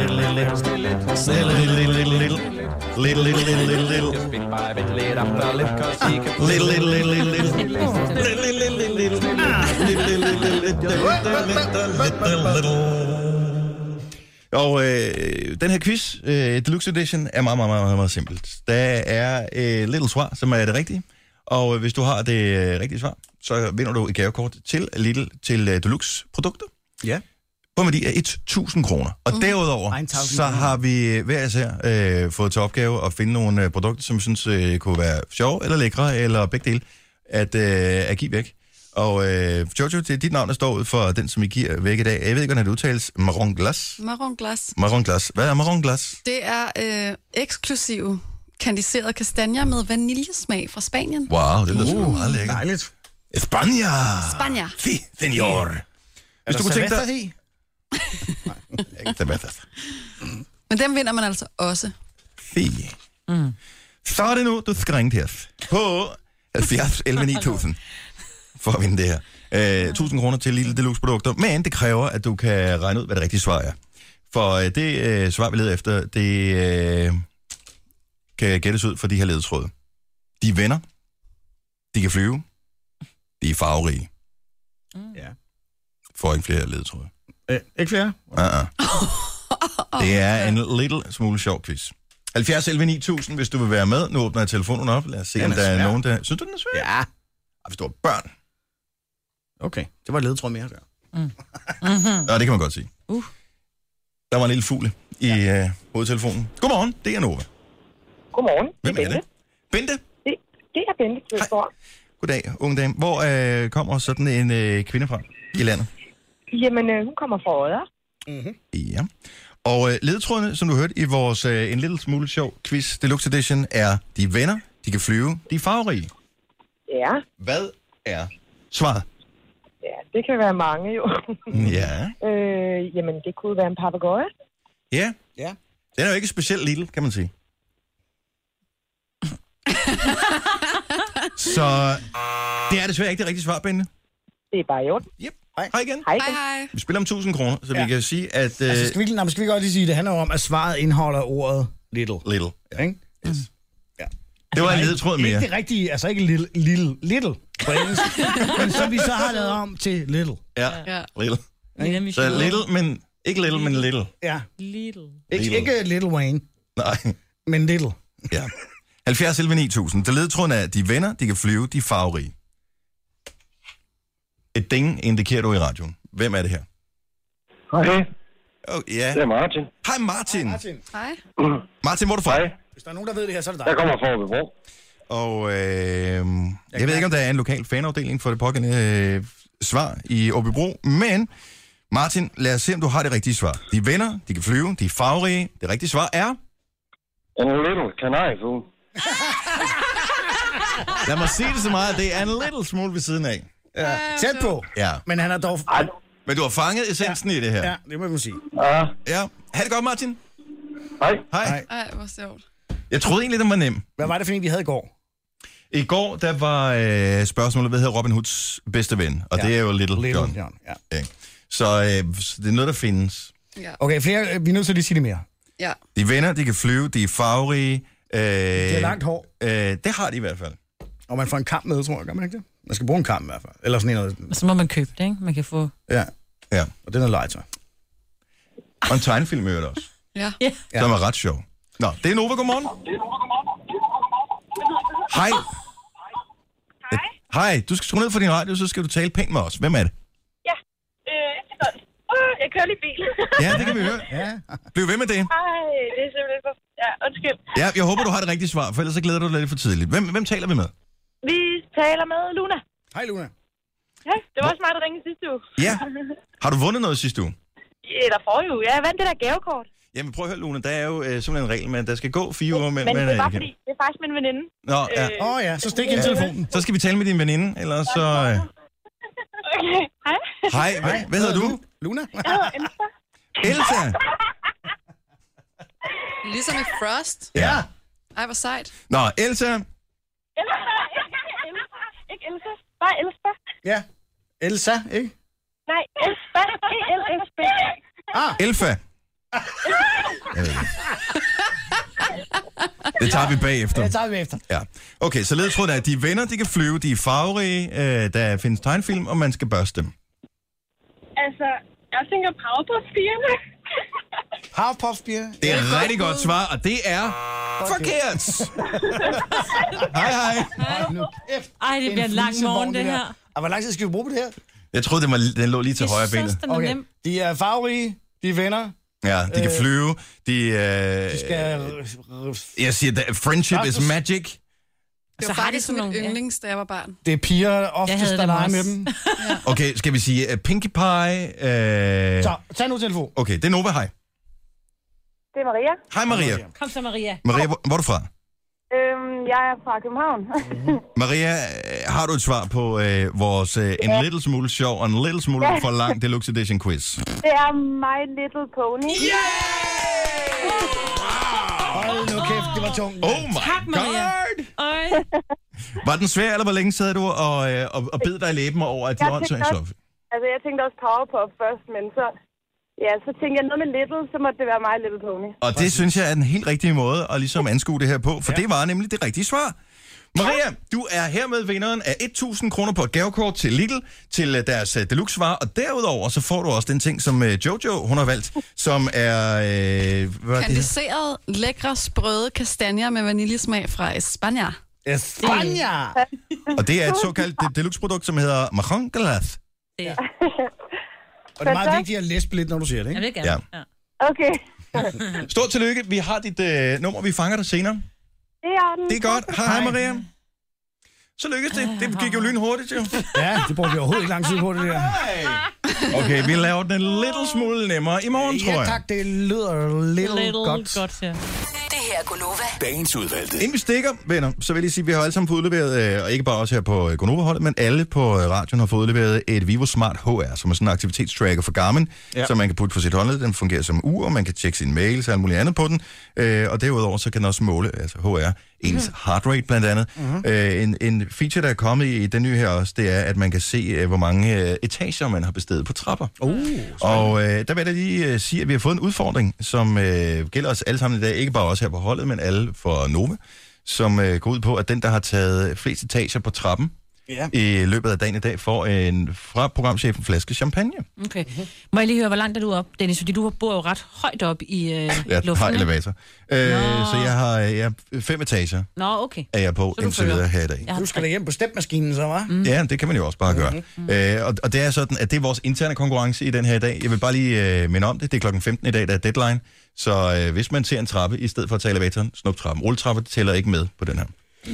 Og den her quiz, Deluxe Edition, er meget simpelt. Der er et lille svar, som er det rigtige. Og hvis du har det rigtige svar, så vinder du et gavekort til Lidl til Deluxe-produkter. Ja. På en værdi af 1.000 kroner. Og derudover, så har vi hver især fået til opgave at finde nogle produkter, som vi synes kunne være sjove eller lækre, eller begge dele, at give væk. Og Jojo, det er dit navn, der står ud for den, som I giver væk i dag. Jeg ved ikke, hvordan det udtales. Marron Glace. Marron Glace. Hvad er Marron Glace? Det er eksklusiv kandiseret kastanjer med vaniljesmag fra Spanien. Wow, det lyder sgu meget lækkert. Dejligt. España. Si, senor. Hvis du kunne tænke dig... Men dem vinder man altså også. Fie. Så er det nu, du skal ringe til os. På 70 11 9000. For at vinde det her. 1.000 kroner til Lidl Deluxe-produkter, men det kræver, at du kan regne ud, hvad det rigtige svar er. For det svar, vi leder efter, det kan gættes ud for de her ledetråde. De er venner. De kan flyve. De er farverige. Ja. Får ikke flere ledetråde. Ikke flere? Det er en little smule sjov quiz. 70 11 9000, hvis du vil være med. Nu åbner jeg telefonen op. Lad os se, om der er nogen, der... Synes du, den er svær? Ja. Hvis du har børn. Okay, det var et ledetråd mere der. Ja, det kan man godt sige. Der var en lille fugle i hovedtelefonen. Godmorgen, det er Nova. Godmorgen. Hvem er det? Bente? Det er Bente, jeg tror. Goddag, unge dame. Hvor kommer sådan en kvinde fra i landet? Jamen, hun kommer fra Odder. Ja. Og ledetrådene, som du hørte i vores en lille smule sjov quiz Deluxe Edition, er de er venner, de kan flyve, de er farverige. Ja. Hvad er svaret? Ja, det kan være mange jo. Ja. Jamen, det kunne være en papegøje. Ja. Den er jo ikke specielt lille, kan man sige. Så det er desværre ikke det rigtige svar, Bente. Det er bare i orden. Yep. Hej igen. Hej. Vi spiller om 1000 kroner, så vi kan sige, at... Altså, skal vi godt lige sige, at det handler om, at svaret indeholder ordet little. Little. Ja. Ikke? Yes. Ja. Det var en ledetråd mere. Ikke det rigtige, altså ikke little på engelsk, men som vi så har lavet om til little. Ja. Little. Så little, men ikke little, men little. Ja. Little. Ikke Little Wayne. Nej. Men little. Ja. 70 11 9000. Det ledetråden er, de er venner, de kan flyve, de er farverige. Et ding indikerer du i radioen. Hvem er det her? Hej. Ja. Det er Martin. Hej Martin. Hej. Martin, hvor er du fra? Hej. Hvis der er nogen, der ved det her, så er det dig. Jeg kommer fra Aabybro. Og jeg ved ikke, om der er en lokal fanafdeling for det pågældende svar i Aabybro, men Martin, lad os se, om du har det rigtige svar. De er venner, de kan flyve, de er farverige. Det rigtige svar er... En little kanariefugl. Lad mig sige det så meget, det er en little smule ved siden af. Ja. Tæt på. Ja. Men han er dog... Men du har fanget essensen i det her. Ja, det må man sige. Ja. Ha' det godt, Martin. Hej. Ej, hvor sjovt. Jeg troede egentlig, den var nem. Hvad var det for en, vi havde i går? I går, der var spørgsmålet, hvad hedder Robin Hoods bedste ven? Og det er jo Little John. Ja. Så det er noget, der findes. Ja. Okay, flere, vi er nødt til at lige sige det mere. Ja. De er venner, de kan flyve, de er farverige. De har langt hår. Det har de i hvert fald. Og man får en kamp med, tror jeg. Gør man ikke det? Man skal bruge en kamp i hvert fald. Eller sådan noget. Så må man købe det, ikke? Man kan få... Ja. Og den er legetøj. Og en tegnefilm hører det også. Ja. Som er ret sjov. Nå, det er Nova, godmorgen. Hej. Hej, du skal skrue ned for din radio, så skal du tale pænt med os. Hvem er det? Ja, jeg kører lige bil. Ja, det kan vi høre. Ja. Bliv ved med det. Ej, det er simpelthen for... Ja, undskyld. Ja, jeg håber, du har det rigtige svar, for ellers så glæder du dig lidt for tidligt. Hvem taler vi med? Vi taler med Luna. Hej, Luna. Ja, det var også mig, der ringede sidste uge. Ja. Har du vundet noget sidste uge? Eller forrige uge. Jeg vandt det der gavekort. Jamen prøv at høre, Luna, der er jo simpelthen en regel, men der skal gå 4 uger mellem... Men det var fordi, det er faktisk min veninde. Nå, ja. Så stik ind telefonen. Så skal vi tale med din veninde, eller så... Okay, hej. Hej, hvad hedder du? Luna? Jeg hedder Elsa. Elsa? Ligesom i Frost. Ja. Ej, hvor sejt. Nå, Elsa. Ikke Elsa. Bare Elsa. Ja. Elsa, ikke? Nej, Elsa. E-L-S-B. Elfa. Det tager vi bagefter. Det tager vi efter. Ja. Okay, så ledetråden er, at de er venner, de kan flyve, de er farverige, der findes tegnefilm, og man skal børste dem. Altså, jeg tænker Powerpuff-pigerne. Powerpuff-piger. Det er et rigtig godt svar, og det er forkert. Hej. Ej, det bliver en lang morgen, det her. Og hvor lang tid skal vi bruge på det her? Jeg troede, den lå lige til højre benet. Okay. De er farverige, de er venner. Ja, de kan flyve, de skal... Jeg siger, friendship is magic. Det var faktisk mit yndlings, da jeg var barn. Det er piger oftest, der leger med dem. Okay, skal vi sige Pinkie Pie? Så, tag nu telefon. Okay, det er Nova, hej. Det er Maria. Hej Maria. Kom så, Maria. Maria, hvor er du fra? Jeg er fra København. Maria, har du et svar på vores en little smule sjov og en little smule for lang Deluxe Edition quiz? Det er My Little Pony. Yeah! Hold nu kæft, det var tungt. Oh my god! Var den svær, eller hvor længe sad du og bed dig i læben over, at de åndssvagt så? Altså, jeg tænkte også Powerpuff først, men så Ja, så tænkte jeg noget med Little, så måtte det være mig, Little Pony. Og det synes jeg er den helt rigtige måde at ligesom anskue det her på, for det var nemlig det rigtige svar. Maria, du er hermed vinderen af 1.000 kroner på et gavekort til Lidl, til deres deluxe-varer, og derudover så får du også den ting, som Jojo, hun har valgt, som er... kandiseret, lækre, sprøde kastanjer med vaniljesmag fra España. España! Og det er et såkaldt deluxe-produkt, som hedder Marron Glace. Ja. Og det er meget vigtigt at læse lidt, når du siger det, ikke? Ja, det gerne. Ja. Okay. Stort tillykke. Vi har dit nummer, vi fanger dig senere. Det er godt. Hej, Maria. Så lykkes det. Det gik jo lynhurtigt, jo. Ja, det brugte vi overhovedet ikke lang tid på, det der. Okay, vi laver den en lille smule nemmere i morgen, tror jeg. Ja, tak. Det lyder lidt godt. Det Ja. her er Gonova. Dagens udvalgte. Inden vi stikker, venner, så vil jeg sige, at vi har alle sammen fået udleveret, og ikke bare os her på Gonova-holdet, men alle på radioen har fået udleveret et Vivo Smart HR, som er sådan en aktivitetstracker for Garmin, som man kan putte på sit håndled. Den fungerer som ur, man kan tjekke sine mails og alt muligt andet på den. Og derudover så kan den også måle, altså HR, ens heart rate blandt andet. En feature, der er kommet i den nye her også, det er, at man kan se, hvor mange etager man har besteget på trapper. Og der vil jeg lige sige, at vi har fået en udfordring, som gælder os alle sammen i dag, ikke bare os her på holdet, men alle for Nova, som går ud på, at den, der har taget flest etager på trappen i løbet af dagen i dag, får fra programchefen flaske champagne. Okay. Må jeg lige høre, hvor langt er du op, Dennis? Fordi du bor jo ret højt op i luften. Jeg har elevator. Så jeg har 5 etager. Nå, okay. Er jeg på indtil videre her i dag. Du skal da hjem på stepmaskinen, så, hva'? Ja, det kan man jo også bare gøre. Og det er sådan, at det er vores interne konkurrence i den her i dag. Jeg vil bare lige minde om det. Det er klokken 15 i dag, der er deadline. Så hvis man ser en trappe, i stedet for at tage elevatoren, snup trappen. Rulletrappe tæller ikke med på den her.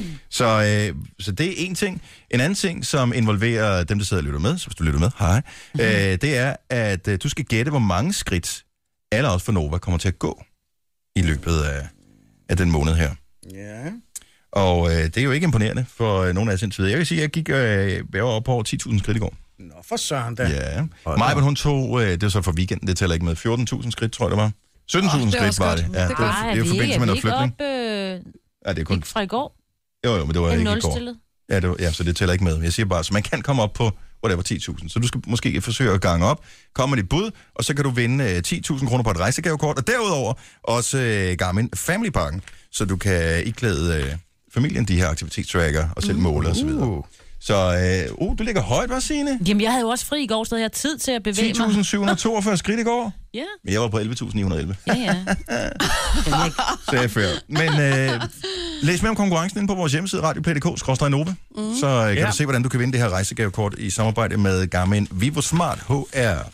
Så det er en ting. En anden ting, som involverer dem, der sidder og lytter med, så hvis du lytter med, hej, det er, at du skal gætte, hvor mange skridt alle os for Nova kommer til at gå i løbet af den måned her. Ja. Og det er jo ikke imponerende for nogen af sin tid. Jeg vil sige, at jeg var oppe på over 10.000 skridt i går. Nå, for søren da. Ja. Maja, hun tog, det var så for weekenden, det tæller ikke med, 14.000 skridt, tror jeg det var. 17.000 skridt var det. Ja, det er jo forbindelse med noget flytning. Ja, det er kun fra i går. Jo, men det var ikke i går. Ja, så det tæller ikke med. Jeg siger bare, så man kan komme op på, whatever, 10.000. Så du skal måske forsøge at gange op, komme med dit bud, og så kan du vinde 10.000 kroner på et rejsegavekort, og derudover også Garmin Family Parken, så du kan iklæde familien de her aktivitetstracker og selv måle og så videre. Så du ligger højt, hvad, Signe? Jamen, jeg havde jo også fri i går, så jeg havde tid til at bevæge mig. 10.742 skridt i går? Ja. Men jeg var på 11.911. Ja. Så jeg fører. Men læs mere om konkurrencen inde på vores hjemmeside, radioplay.dk/Nova. Så kan du se, hvordan du kan vinde det her rejsegavekort i samarbejde med Garmin Vivo Smart HR.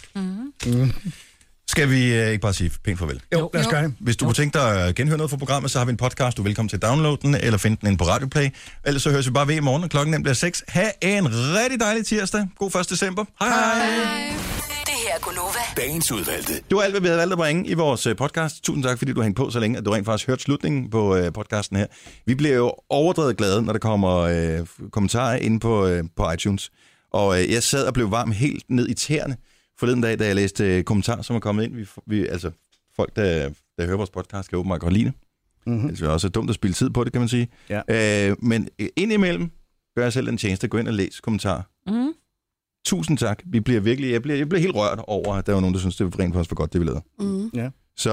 Skal vi ikke bare sige pænt farvel? Jo, lad os gøre det. Hvis du kunne tænke dig at genhøre noget fra programmet, så har vi en podcast. Du er velkommen til at downloade den, eller finde den inde på Radioplay. Ellers så høres vi bare ved i morgen, og klokken bliver 6. Ha' en rigtig dejlig tirsdag. God 1. december. Hej. Det her er Gonova. Dagens udvalgte. Det var alt, hvad vi havde valgt at bringe i vores podcast. Tusind tak, fordi du har hængt på så længe, at du rent faktisk hørt slutningen på podcasten her. Vi bliver jo overdrevet glade, når der kommer kommentarer inde på iTunes. Og jeg sad og blev varm helt ned i tæerne forleden dag, da jeg læste kommentarer, som er kommet ind. Altså, folk, der hører vores podcast, kan åbenbart godt lide det. Det er også dumt at spille tid på det, kan man sige. Ja. Men indimellem gør jeg selv en tjeneste. Gå ind og læs kommentarer. Tusind tak. Jeg bliver helt rørt over, at der var nogen, der synes, det var rent for os for godt, det vi lavede. Ja.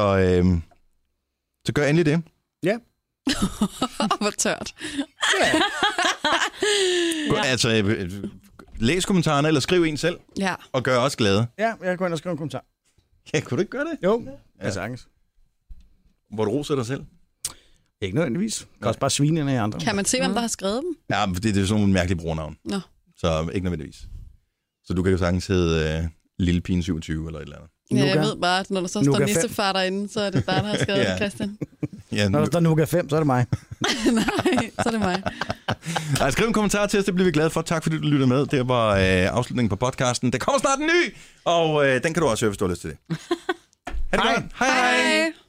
Så gør endelig det. Ja. Hvor tørt. Altså, læs kommentarerne, eller skriv en selv. Ja. Og gør os glade. Ja, jeg går ind og skriver en kommentar. Ja, kunne du ikke gøre det? Jo, jeg sagtens. Hvor du roser dig selv? Ikke nødvendigvis. Det kan også bare svine ind i andre. Kan man se, hvem der har skrevet dem? Ja, det er sådan nogle mærkelige brugernavn. Nå. Så ikke nødvendigvis. Så du kan jo sagtens hedde Lillepine 27 eller et eller andet. Ja, jeg ved bare, at når der så står nissefar derinde, så er det bare, der har skrevet det, Christian. Ja, når der står Nuka 5, så er det mig. Nej, så er det mig. Skriv en kommentar til os, det bliver vi glade for. Tak fordi du lyttede med. Det var afslutningen på podcasten. Der kommer snart en ny, og den kan du også høre, hvis du har lyst til det. Ha' det godt. Hej.